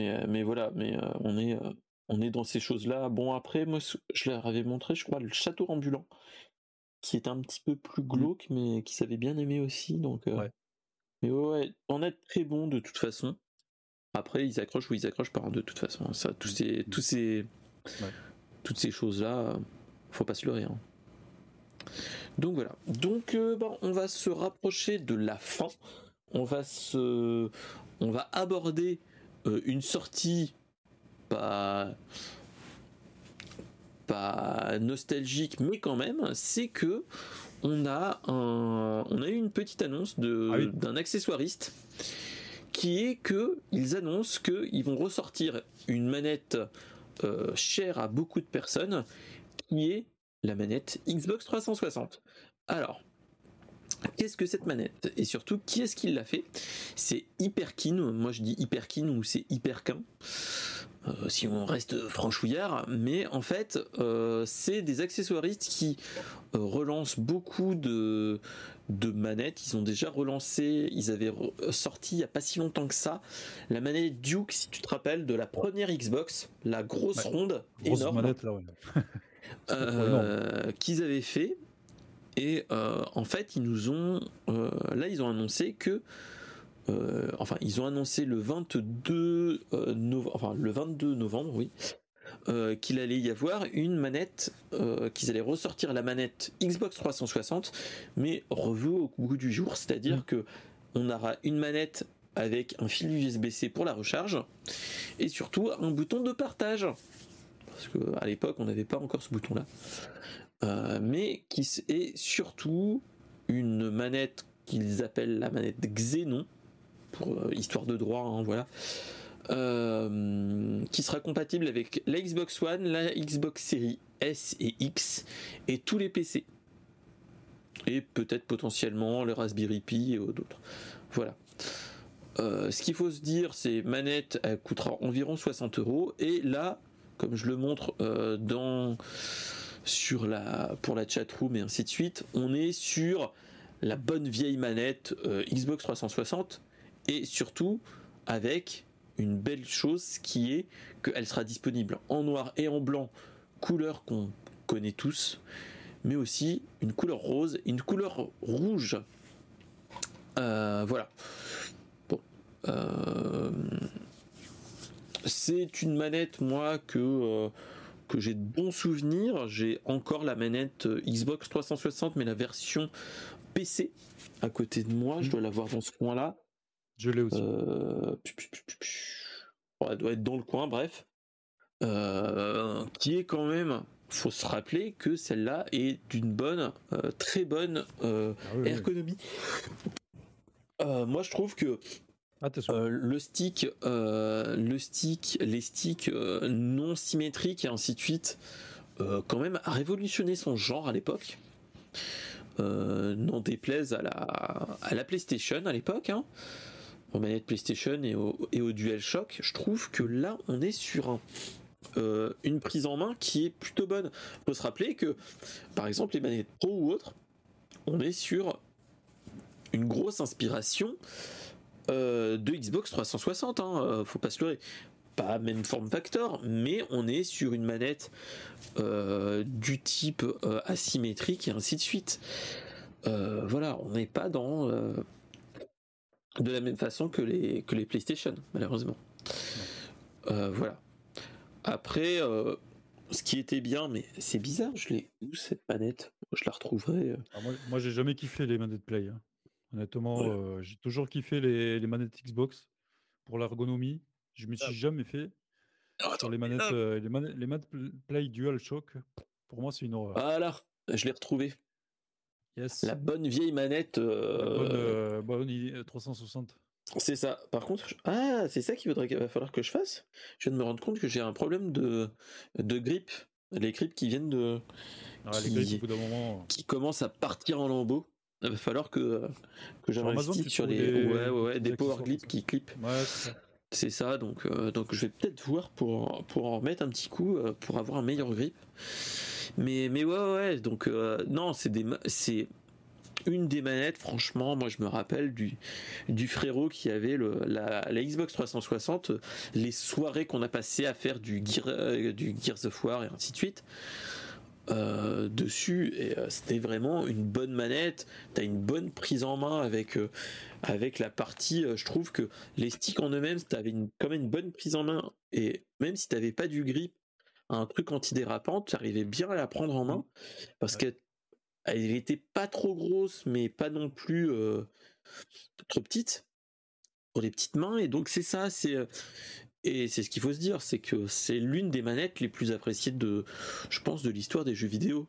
on est dans ces choses-là. Bon après, moi, je leur avais montré, je crois, le château ambulant, qui est un petit peu plus Mmh. glauque, mais qui savait bien aimer aussi. Donc, Ouais. mais ouais, en être très bon de toute façon. Après, ils accrochent ou ils accrochent pas, hein, de toute façon. Ça, Mmh. Mmh. Ouais. toutes ces choses-là, faut pas se leurrer, hein. Donc voilà. Donc, on va se rapprocher de la fin. On va on va aborder une sortie pas pas nostalgique, mais quand même, c'est que on a eu une petite annonce Ah oui. d'un accessoiriste qui est que ils annoncent qu'ils vont ressortir une manette chère à beaucoup de personnes, qui est la manette Xbox 360. Alors, Qu'est-ce que cette manette? Et surtout, qui est-ce qui l'a fait? C'est Hyperkin, moi je dis Hyperkin ou c'est Hyperkin, si on reste franchouillard, mais en fait, c'est des accessoiristes qui relancent beaucoup de manettes. Ils ont déjà relancé, ils avaient sorti il n'y a pas si longtemps que ça, la manette Duke, si tu te rappelles, de la première Xbox, la grosse ronde, Grosse énorme, manette là, ouais. qu'ils avaient fait. Et en fait, ils nous ont là, ils ont annoncé que ils ont annoncé le 22 novembre, oui, qu'il allait y avoir une manette, qu'ils allaient ressortir la manette Xbox 360, mais revue au goût du jour, c'est-à-dire que on aura une manette avec un fil USB-C pour la recharge et surtout un bouton de partage, parce qu'à l'époque on n'avait pas encore ce bouton-là. Mais qui est surtout une manette qu'ils appellent la manette Xenon, pour histoire de droit, hein, voilà, qui sera compatible avec la Xbox One, la Xbox Series S et X et tous les PC, et peut-être potentiellement le Raspberry Pi et d'autres. Voilà. Ce qu'il faut se dire, c'est manette, elle coûtera environ 60€, et là, comme je le montre pour la chatroom et ainsi de suite, on est sur la bonne vieille manette Xbox 360, et surtout avec une belle chose qui est qu'elle sera disponible en noir et en blanc, couleur qu'on connaît tous, mais aussi une couleur rose et une couleur rouge. Voilà. Bon. C'est une manette, moi, que j'ai de bons souvenirs. J'ai encore la manette Xbox 360, mais la version PC à côté de moi. Je dois l'avoir dans ce coin-là. Je l'ai aussi. Elle doit être dans le coin, bref. Qui est quand même, faut se rappeler que celle-là est d'une bonne, très bonne ergonomie. Moi, je trouve que les sticks non symétriques et ainsi de suite, quand même a révolutionné son genre à l'époque. N'en déplaise à la PlayStation à l'époque, hein, aux manettes PlayStation et au DualShock. Je trouve que là, on est sur une prise en main qui est plutôt bonne. Il faut se rappeler que, par exemple, les manettes Pro ou autres, on est sur une grosse inspiration de Xbox 360, hein, faut pas se leurrer. Pas même form factor, mais on est sur une manette du type asymétrique et ainsi de suite. Voilà, on n'est pas dans de la même façon que les PlayStation, malheureusement. Voilà. Après, ce qui était bien, mais c'est bizarre, je l'ai où cette manette? Je la retrouverai. Moi, j'ai jamais kiffé les manettes Play, hein. Honnêtement, j'ai toujours kiffé les manettes Xbox pour l'ergonomie. Je me suis jamais fait sur les manettes, les manettes Play DualShock. Pour moi, c'est une horreur. Voilà, je l'ai retrouvé. Yes. La bonne vieille manette. La bonne 360. C'est ça. Par contre, c'est ça qu'il va falloir que je fasse. Je viens de me rendre compte que j'ai un problème de grip. Les grips qui viennent Les grips, au bout d'un moment. Qui commencent à partir en lambeaux. Il va falloir que j'investisse sur des power grips qui clippent. Ouais, c'est ça. C'est ça, donc je vais peut-être voir pour en remettre un petit coup pour avoir un meilleur grip. Mais ouais, donc non, c'est une des manettes, franchement, moi je me rappelle du frérot qui avait la Xbox 360, les soirées qu'on a passées à faire du Gears of War et ainsi de suite. Dessus, et c'était vraiment une bonne manette. T'as une bonne prise en main avec la partie. Je trouve que les sticks en eux-mêmes, t'avais quand même une bonne prise en main, et même si t'avais pas du grip, un truc antidérapant, tu arrivais bien à la prendre en main parce qu'elle était pas trop grosse, mais pas non plus trop petite pour les petites mains. Et donc c'est ça, et c'est ce qu'il faut se dire, c'est que c'est l'une des manettes les plus appréciées je pense, de l'histoire des jeux vidéo.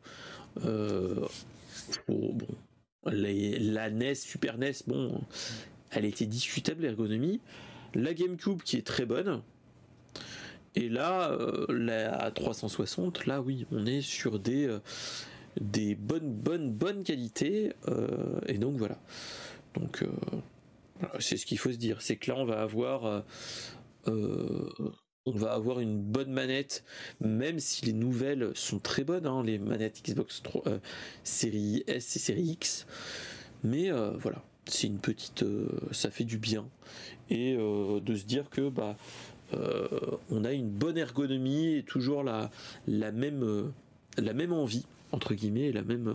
La NES, Super NES, elle était discutable, l'ergonomie. La GameCube qui est très bonne. Et là, la 360, là oui, on est sur des bonnes qualités, et donc voilà. Donc c'est ce qu'il faut se dire, c'est que là on va avoir une bonne manette, même si les nouvelles sont très bonnes, hein, les manettes Xbox 3, série S et série X, mais voilà, c'est une petite, ça fait du bien, et de se dire que on a une bonne ergonomie et toujours la même envie entre guillemets, et la même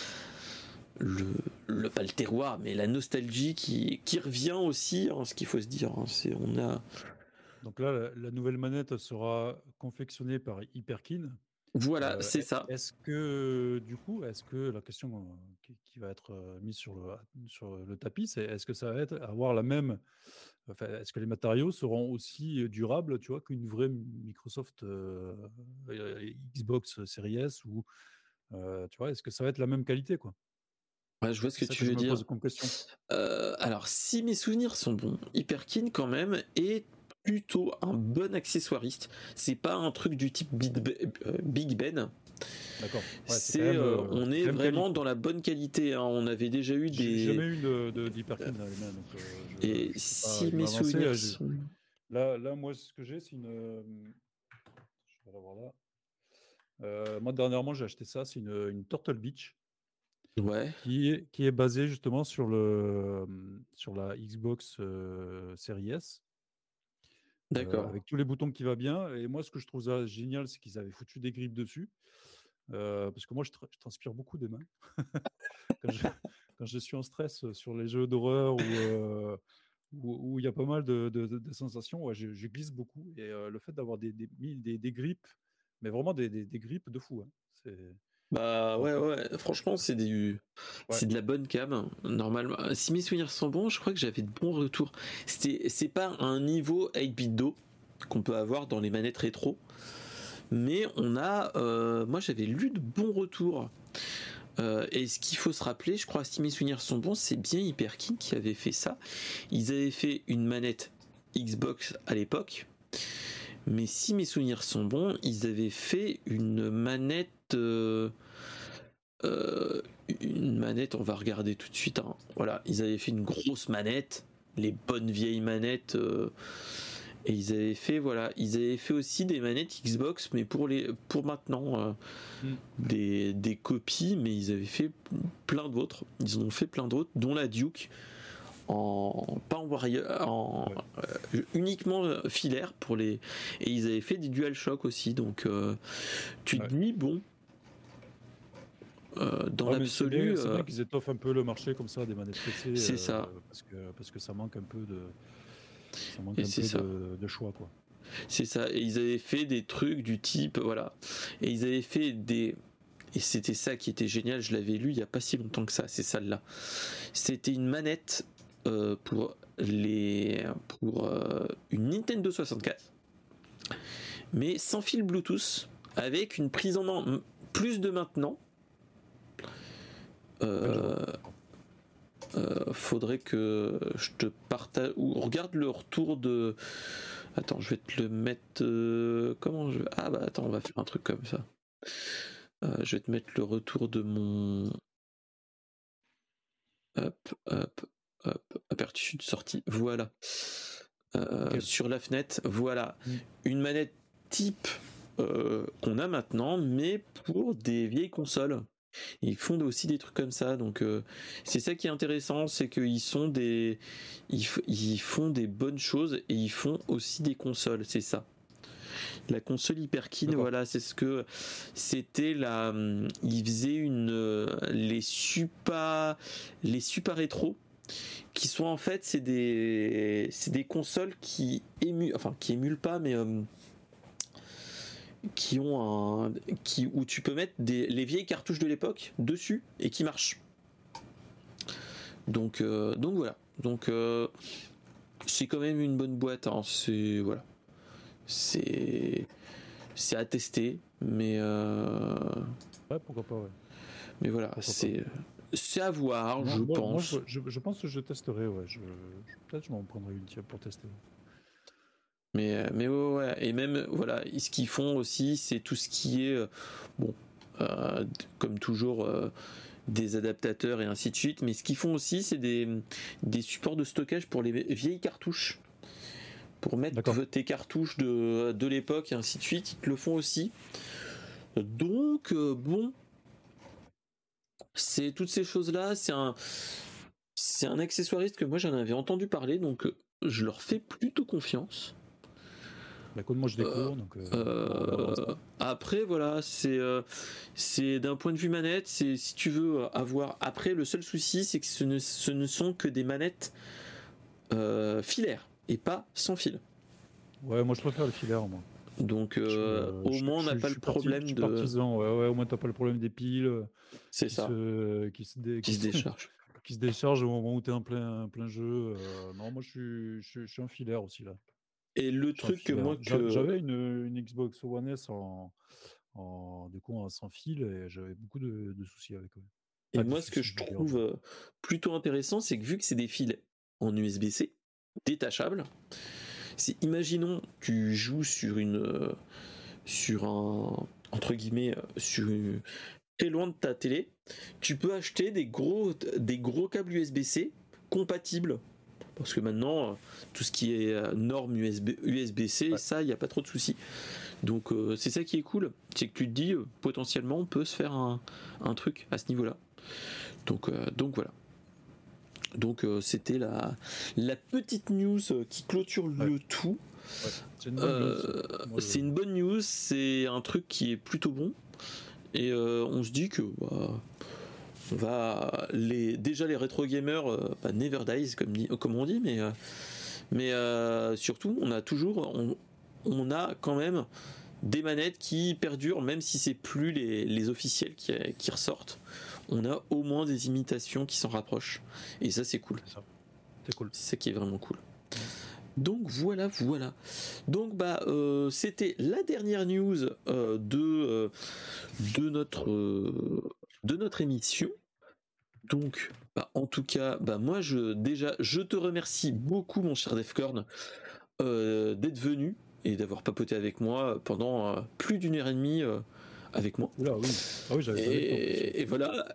pas le terroir, mais la nostalgie qui revient aussi, hein, ce qu'il faut se dire, hein, c'est on a. Donc là, la nouvelle manette sera confectionnée par Hyperkin. Voilà, c'est ça. Est-ce que, du coup, est-ce que la question qui va être mise sur le tapis, c'est est-ce que ça va avoir la même, enfin, est-ce que les matériaux seront aussi durables, tu vois, qu'une vraie Microsoft Xbox Series S ou, tu vois, est-ce que ça va être la même qualité, quoi? Ouais, je vois ce C'est que ça tu que je veux me dire. pose comme question. Alors, si mes souvenirs sont bons, Hyperkin quand même est plutôt un bon accessoiriste. C'est pas un truc du type Big Ben. D'accord. Ouais, On c'est est quand même quali, vraiment quoi. dans la bonne qualité, hein. On avait déjà eu J'ai des. jamais eu d'Hyperkin dans les mains, donc Et je peux pas si mes m'avancer. souvenirs sont. Là, moi, ce que j'ai, c'est une. Je vais l'avoir là. Moi, dernièrement, j'ai acheté ça. C'est une Turtle Beach Ouais, qui est basée justement sur la Xbox Series S, d'accord. avec tous les boutons qui va bien. Et moi, ce que je trouve ça génial, c'est qu'ils avaient foutu des grippes dessus. Parce que moi, je transpire beaucoup des mains. quand, je, quand je suis en stress sur les jeux d'horreur où il y a pas mal de sensations, ouais, je glisse beaucoup. Et le fait d'avoir des grippes, mais vraiment des grippes de fou, hein. Bah Donc, ouais, franchement ouais. c'est de la bonne cam. Normalement, si mes souvenirs sont bons, je crois que j'avais de bons retours. C'est pas un niveau 8-bit do qu'on peut avoir dans les manettes rétro, mais moi j'avais lu de bons retours. Et ce qu'il faut se rappeler, je crois, si mes souvenirs sont bons, c'est bien Hyperkin qui avait fait ça. Ils avaient fait une manette Xbox à l'époque, mais si mes souvenirs sont bons, ils avaient fait euh, une manette, on va regarder tout de suite, hein. Voilà, ils avaient fait une grosse manette, les bonnes vieilles manettes, et ils avaient fait aussi des manettes Xbox, mais pour maintenant, des copies, mais ils avaient fait plein d'autres. Ils en ont fait plein d'autres, dont la Duke pas en Warrior, uniquement filaire et ils avaient fait des DualShock aussi. Donc tu te dis bon. Dans Ouais, mais l'absolu, c'est bien qu'ils étoffent un peu le marché comme ça des manettes PC, c'est ça. parce que ça manque un peu Et c'est ça. de choix, quoi. C'est ça. Et ils avaient fait des trucs du type, voilà. Et ils avaient fait et c'était ça qui était génial. Je l'avais lu il y a pas si longtemps que ça. C'est celle-là. C'était une manette pour une Nintendo 64, mais sans fil Bluetooth, avec une prise en main plus de maintenant. Faudrait que je te partage ou regarde le retour de. Attends, je vais te le mettre. Comment je. Ah bah attends, on va faire un truc comme ça. Je vais te mettre le retour de mon. Hop. Aperture de sortie. Voilà. Sur la fenêtre, voilà. Une manette type qu'on a maintenant, mais pour des vieilles consoles. Ils font aussi des trucs comme ça, donc c'est ça qui est intéressant, c'est qu'ils font des bonnes choses et ils font aussi des consoles, c'est ça. La console Hyperkin, voilà, c'est ce que c'était là. Ils faisaient les super rétro, qui sont en fait c'est des consoles qui émulent pas, mais où tu peux mettre les vieilles cartouches de l'époque dessus et qui marchent. Donc voilà. Donc c'est quand même une bonne boîte, hein. C'est voilà. C'est à tester, mais ouais, pourquoi pas, ouais. Mais voilà, c'est à voir, je pense. Moi, je pense que je testerai, ouais. Peut-être je m'en prendrai une tiens pour tester. Mais ouais. Et même voilà, ce qu'ils font aussi, c'est tout ce qui est bon. comme toujours des adaptateurs et ainsi de suite. Mais ce qu'ils font aussi, c'est des supports de stockage pour les vieilles cartouches. Pour mettre tes cartouches de l'époque et ainsi de suite, ils te le font aussi. Donc, bon, c'est toutes ces choses-là, c'est un accessoiriste que moi j'en avais entendu parler, donc je leur fais plutôt confiance. Bah, écoute, moi je découvre, donc après voilà, c'est d'un point de vue manette, c'est si tu veux avoir. Après, le seul souci, c'est que ce ne sont que des manettes filaires et pas sans fil. Ouais, moi je préfère le filaire, moi. Donc au moins on n'a pas le problème de. Partisan, ouais, au moins t'as pas le problème des piles. C'est ça. Qui se décharge. Qui se décharge au moment où t'es en plein jeu. Non, moi je suis un filaire aussi là. Et le truc que moi j'avais une Xbox One S du coup sans fil et j'avais beaucoup de soucis avec eux. Et moi ce que je trouve plutôt intéressant, c'est que vu que c'est des fils en USB-C détachables, si imaginons tu joues sur un entre guillemets très loin de ta télé, tu peux acheter des gros câbles USB-C compatibles. Parce que maintenant, tout ce qui est norme USB-C, ouais. Ça, il n'y a pas trop de soucis. Donc, c'est ça qui est cool. C'est que tu te dis, potentiellement, on peut se faire un truc à ce niveau-là. Donc voilà. Donc, c'était la petite news qui clôture le tout. Ouais, c'est une bonne news. C'est une bonne news. C'est un truc qui est plutôt bon. Et on se dit que... déjà les rétro gamers never dies comme on dit, mais surtout on a quand même des manettes qui perdurent, même si c'est plus les officiels qui ressortent. On a au moins des imitations qui s'en rapprochent, et ça c'est cool. C'est cool. C'est ça qui est vraiment cool. Donc voilà. Donc c'était la dernière news de notre émission. Donc, en tout cas, moi je te remercie beaucoup, mon cher Defcorn, d'être venu et d'avoir papoté avec moi pendant plus d'1 heure et demie avec moi. Oula, oui. Ah oui, j'avais. Et voilà.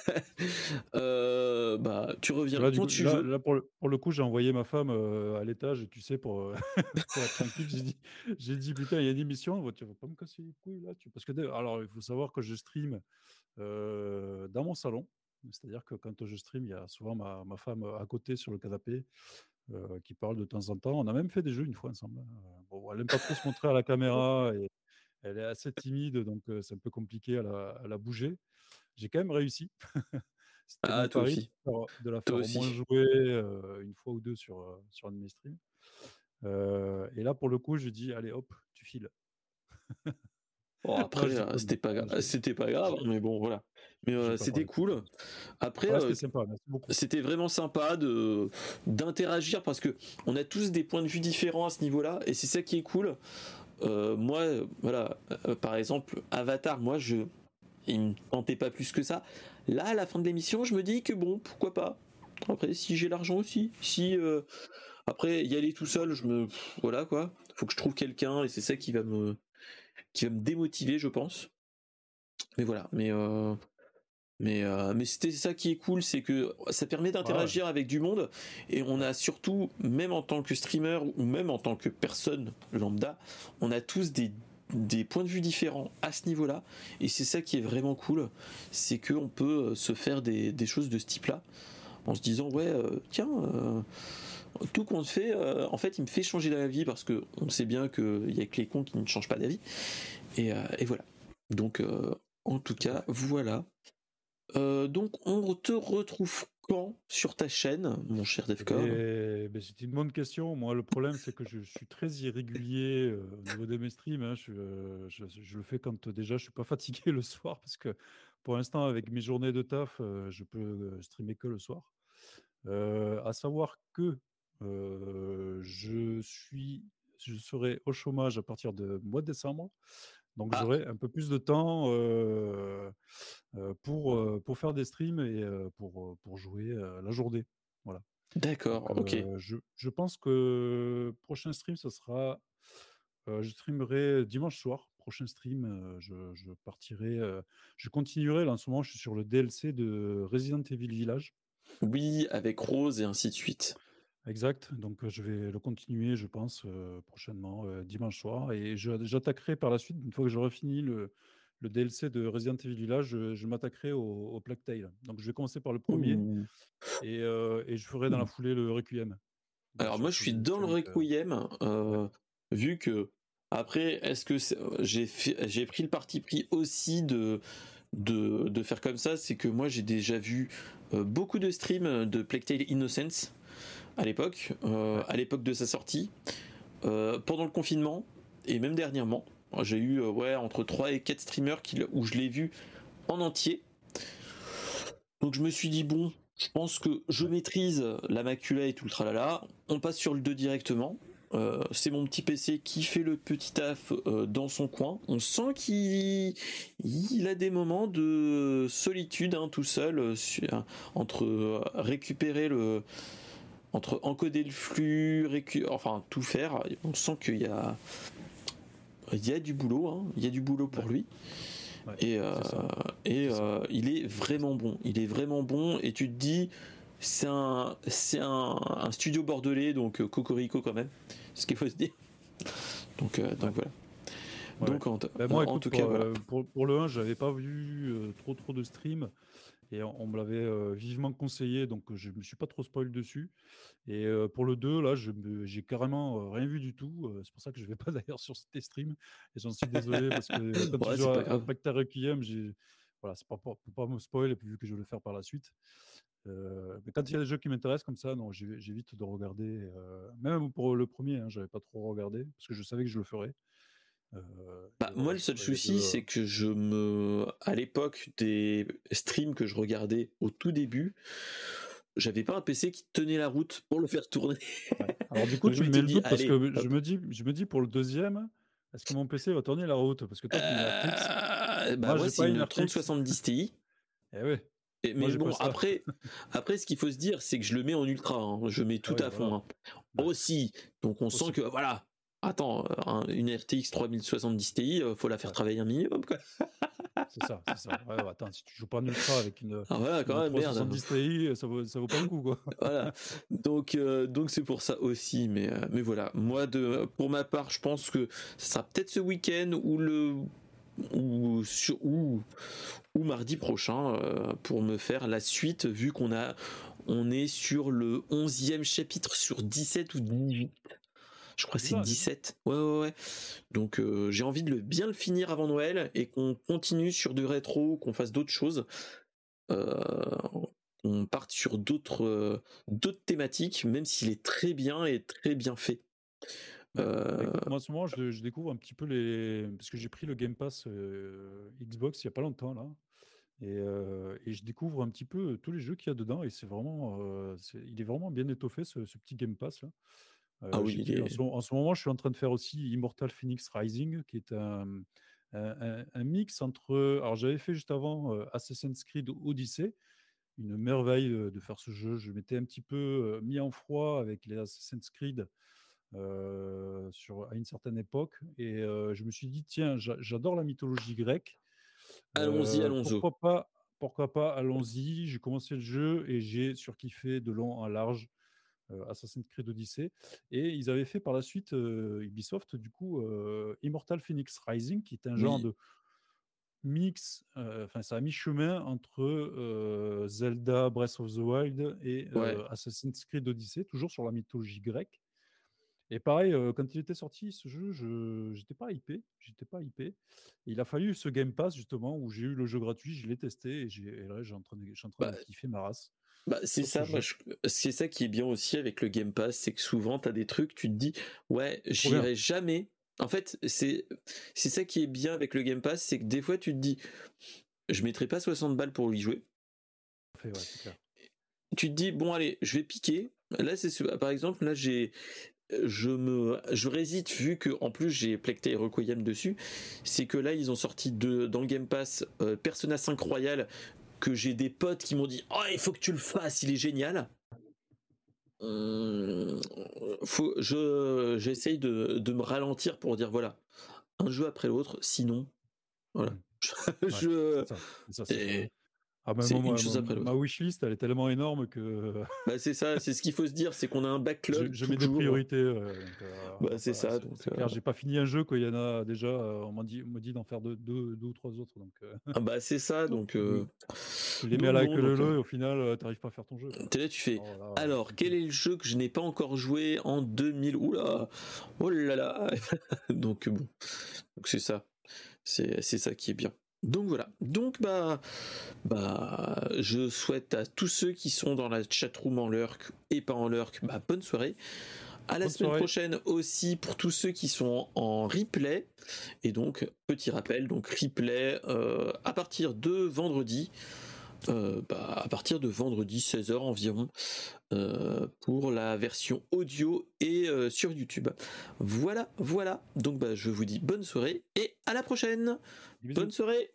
Tu reviens là, quand tu veux. Là, pour le coup, j'ai envoyé ma femme à l'étage, tu sais, pour être tranquille. J'ai dit, putain, il y a une émission, tu vas pas me casser les couilles là. Parce que alors, il faut savoir que je stream dans mon salon. C'est-à-dire que quand je stream, il y a souvent ma femme à côté sur le canapé qui parle de temps en temps. On a même fait des jeux une fois ensemble. Bon, elle n'aime pas trop se montrer à la caméra et elle est assez timide, donc c'est un peu compliqué à la bouger. J'ai quand même réussi. C'était mon pari aussi. de la faire au moins jouer une fois ou deux sur un de mes streams. Et là, pour le coup, je dis, allez, hop, tu files. Bon, après, c'était pas grave, mais bon, voilà. Mais c'était cool. Après, c'était sympa, merci beaucoup. C'était vraiment sympa d'interagir parce que on a tous des points de vue différents à ce niveau-là, et c'est ça qui est cool. Moi, voilà, par exemple, Avatar, moi, il me tentait pas plus que ça. Là, à la fin de l'émission, je me dis que bon, pourquoi pas. Après, si j'ai l'argent aussi, après y aller tout seul, voilà quoi. Faut que je trouve quelqu'un, et c'est ça qui va me démotiver, je pense. Mais voilà, mais c'était ça qui est cool, c'est que ça permet d'interagir avec du monde, et on a surtout, même en tant que streamer ou même en tant que personne lambda, on a tous des points de vue différents à ce niveau-là, et c'est ça qui est vraiment cool, c'est qu'on peut se faire des choses de ce type-là en se disant tiens, tout qu'on fait, en fait, il me fait changer la vie, parce que on sait bien qu'il y a que les cons qui ne changent pas d'avis, et voilà. Donc en tout cas, voilà. Donc on te retrouve quand sur ta chaîne, mon cher Defcorn? C'est une bonne question. Moi, le problème, c'est que je suis très irrégulier au niveau de mes streams. Hein. Je le fais quand déjà je suis pas fatigué le soir, parce que pour l'instant, avec mes journées de taf, je peux streamer que le soir. À savoir que je serai au chômage à partir de mois de décembre. Donc j'aurai un peu plus de temps pour faire des streams et pour jouer la journée. Voilà. D'accord, donc, ok. Je pense que prochain stream, ce sera... je streamerai dimanche soir, prochain stream, je partirai, je continuerai. Là, en ce moment, je suis sur le DLC de Resident Evil Village. Oui, avec Rose et ainsi de suite. Exact, donc je vais le continuer, je pense, prochainement, dimanche soir, et j'attaquerai par la suite, une fois que j'aurai fini le DLC de Resident Evil Village, je m'attaquerai au Plague Tale. Donc je vais commencer par le premier, Ouh. et je ferai dans la foulée le Requiem. Bien Alors sûr, moi je suis dans le celui que Requiem, ouais. vu que après est-ce que j'ai pris le parti pris aussi de faire comme ça, c'est que moi j'ai déjà vu beaucoup de streams de Plague Tale Innocence à l'époque, Ouais. à l'époque de sa sortie, pendant le confinement et même dernièrement. J'ai eu entre 3 et 4 streamers où je l'ai vu en entier. Donc je me suis dit bon, je pense que je Ouais. maîtrise la macula et tout le tralala. On passe sur le 2 directement. C'est mon petit PC qui fait le petit taf dans son coin. On sent qu'il a des moments de solitude tout seul entre entre encoder le flux, enfin tout faire. On sent il y a du boulot, il y a du boulot pour Ouais. lui. Ouais, Et, c'est ça. il est vraiment bon. Il est vraiment bon. Et tu te dis, c'est un studio bordelais, donc Cocorico quand même. Ce qu'il faut se dire. Donc Ouais. voilà. Ouais, ouais. Donc Ben moi, en écoute, tout cas, voilà. pour le 1, j'avais pas vu trop de streams, et on me l'avait vivement conseillé, donc je me suis pas trop spoil dessus. Et pour le 2, là, j'ai carrément rien vu du tout. C'est pour ça que je vais pas d'ailleurs sur tes streams. Et j'en suis désolé, parce que quand tu Ouais, joues c'est pas à grave. Plague Tale Requiem, voilà, c'est pas pour pas me spoil, et puis vu que je vais le faire par la suite. Mais quand il y a des jeux qui m'intéressent comme ça, non, j'évite de regarder. Même pour le premier, j'avais pas trop regardé, parce que je savais que je le ferais. Bah, Et moi, voilà, le je seul ferai les souci, deux. c'est que à l'époque des streams que je regardais au tout début, j'avais pas un PC qui tenait la route pour le faire tourner. Ouais. Alors du coup, Donc je tu me m'étais mets le dit, doute, parce allez, que je hop. me dis pour le deuxième, est-ce que mon PC va tourner la route? Parce que toi, tu as une RTX. Bah Moi, moi, j'ai c'est pas une une RTX. 3070 Ti. Eh ouais, moi Mais j'ai pas bon, ça. après, ce qu'il faut se dire, c'est que je le mets en ultra, je mets Ah tout oui, à voilà. fond, Ouais, aussi. Donc on sent aussi. que, voilà, attends, une RTX 3070 Ti, faut la faire Ouais, travailler un minimum, quoi. c'est ça, c'est ça. Ouais, ouais, attends, si tu joues pas en ultra avec Ah voilà, quand une même, merde. 370 Ti, ça vaut pas le coup, quoi. Voilà. Donc c'est pour ça aussi, mais voilà. Moi, pour ma part, je pense que ça sera peut-être ce week-end ou mardi prochain pour me faire la suite, vu on est sur le 11e chapitre sur 17 ou 18. Je crois que C'est c'est ça, c'est ça. 17. Ouais, ouais, ouais. Donc j'ai envie de bien le finir avant Noël et qu'on continue sur du rétro, qu'on fasse d'autres choses. Euh, on parte sur d'autres thématiques, même s'il est très bien et très bien fait. Ouais. Bah, écoute, moi en ce moment, je découvre un petit peu parce que j'ai pris le Game Pass Xbox il y a pas longtemps, là. Et je découvre un petit peu tous les jeux qu'il y a dedans, et il est vraiment bien étoffé, ce petit Game Pass là. Ah oui, En ce moment, je suis en train de faire aussi Immortal Phoenix Rising, qui est un mix entre. Alors, j'avais fait juste avant Assassin's Creed Odyssey, une merveille de faire ce jeu. Je m'étais un petit peu mis en froid avec les Assassin's Creed à une certaine époque, et je me suis dit, tiens, j'adore la mythologie grecque. allons-y. Pourquoi pas, allons-y. J'ai commencé le jeu et j'ai surkiffé de long en large Assassin's Creed Odyssey. Et ils avaient fait par la suite, Ubisoft, du coup, Immortal Phoenix Rising, qui est un genre Oui, de mix, enfin, ça a mi-chemin entre Zelda Breath of the Wild et ouais. Assassin's Creed Odyssey, toujours sur la mythologie grecque. Et pareil, quand il était sorti, ce jeu, j'étais pas hypé, j'étais pas hypé. Et il a fallu ce Game Pass, justement, où j'ai eu le jeu gratuit, je l'ai testé, et là, je suis en train Bah, de kiffer ma race c'est sur ce ça, jeu. c'est ça qui est bien aussi avec le Game Pass, c'est que souvent t'as des trucs, tu te dis, ouais, C'est trop bien. j'irai jamais. En fait, c'est ça qui est bien avec le Game Pass, c'est que des fois tu te dis, je mettrai pas 60 balles pour y jouer. Fait, ouais, c'est clair. Tu te dis, bon allez, je vais piquer. Là, par exemple, là je résiste, vu que en plus j'ai Plague Tale Requiem dessus. C'est que là ils ont sorti dans le Game Pass Persona 5 Royal, que j'ai des potes qui m'ont dit, oh, il faut que tu le fasses, il est génial. J'essaye de me ralentir pour dire, voilà, un jeu après l'autre, sinon, voilà. Ouais, Je, c'est ça, c'est et Ah ben c'est moi, une chose après ma l'autre. wishlist, elle est tellement énorme que Bah, c'est ça, c'est ce qu'il faut se dire, c'est qu'on a un backlog je mets des toujours. priorités. Donc, Bah, c'est voilà, ça, donc, c'est clair, j'ai pas fini un jeu quand il y en a déjà. On m'a dit d'en faire deux ou trois autres. Donc, ah bah, c'est ça, donc, tu les mets à la non, queue leu donc, leu et au final, t'arrives pas à faire ton jeu, quoi. t'es là, tu fais. Alors là, Alors, quel est le jeu que je n'ai pas encore joué en 2000? Oula, oh là là. Donc bon, donc c'est ça, c'est ça qui est bien. Donc voilà. Donc je souhaite à tous ceux qui sont dans la chatroom en lurk et pas en lurk, bonne soirée. À la Bonne semaine soirée. prochaine aussi pour tous ceux qui sont en replay. Et donc, petit rappel, donc replay à partir de vendredi. À partir de vendredi 16h environ pour la version audio et sur YouTube. Voilà. Donc je vous dis bonne soirée et à la prochaine. Bisous. Bonne soirée.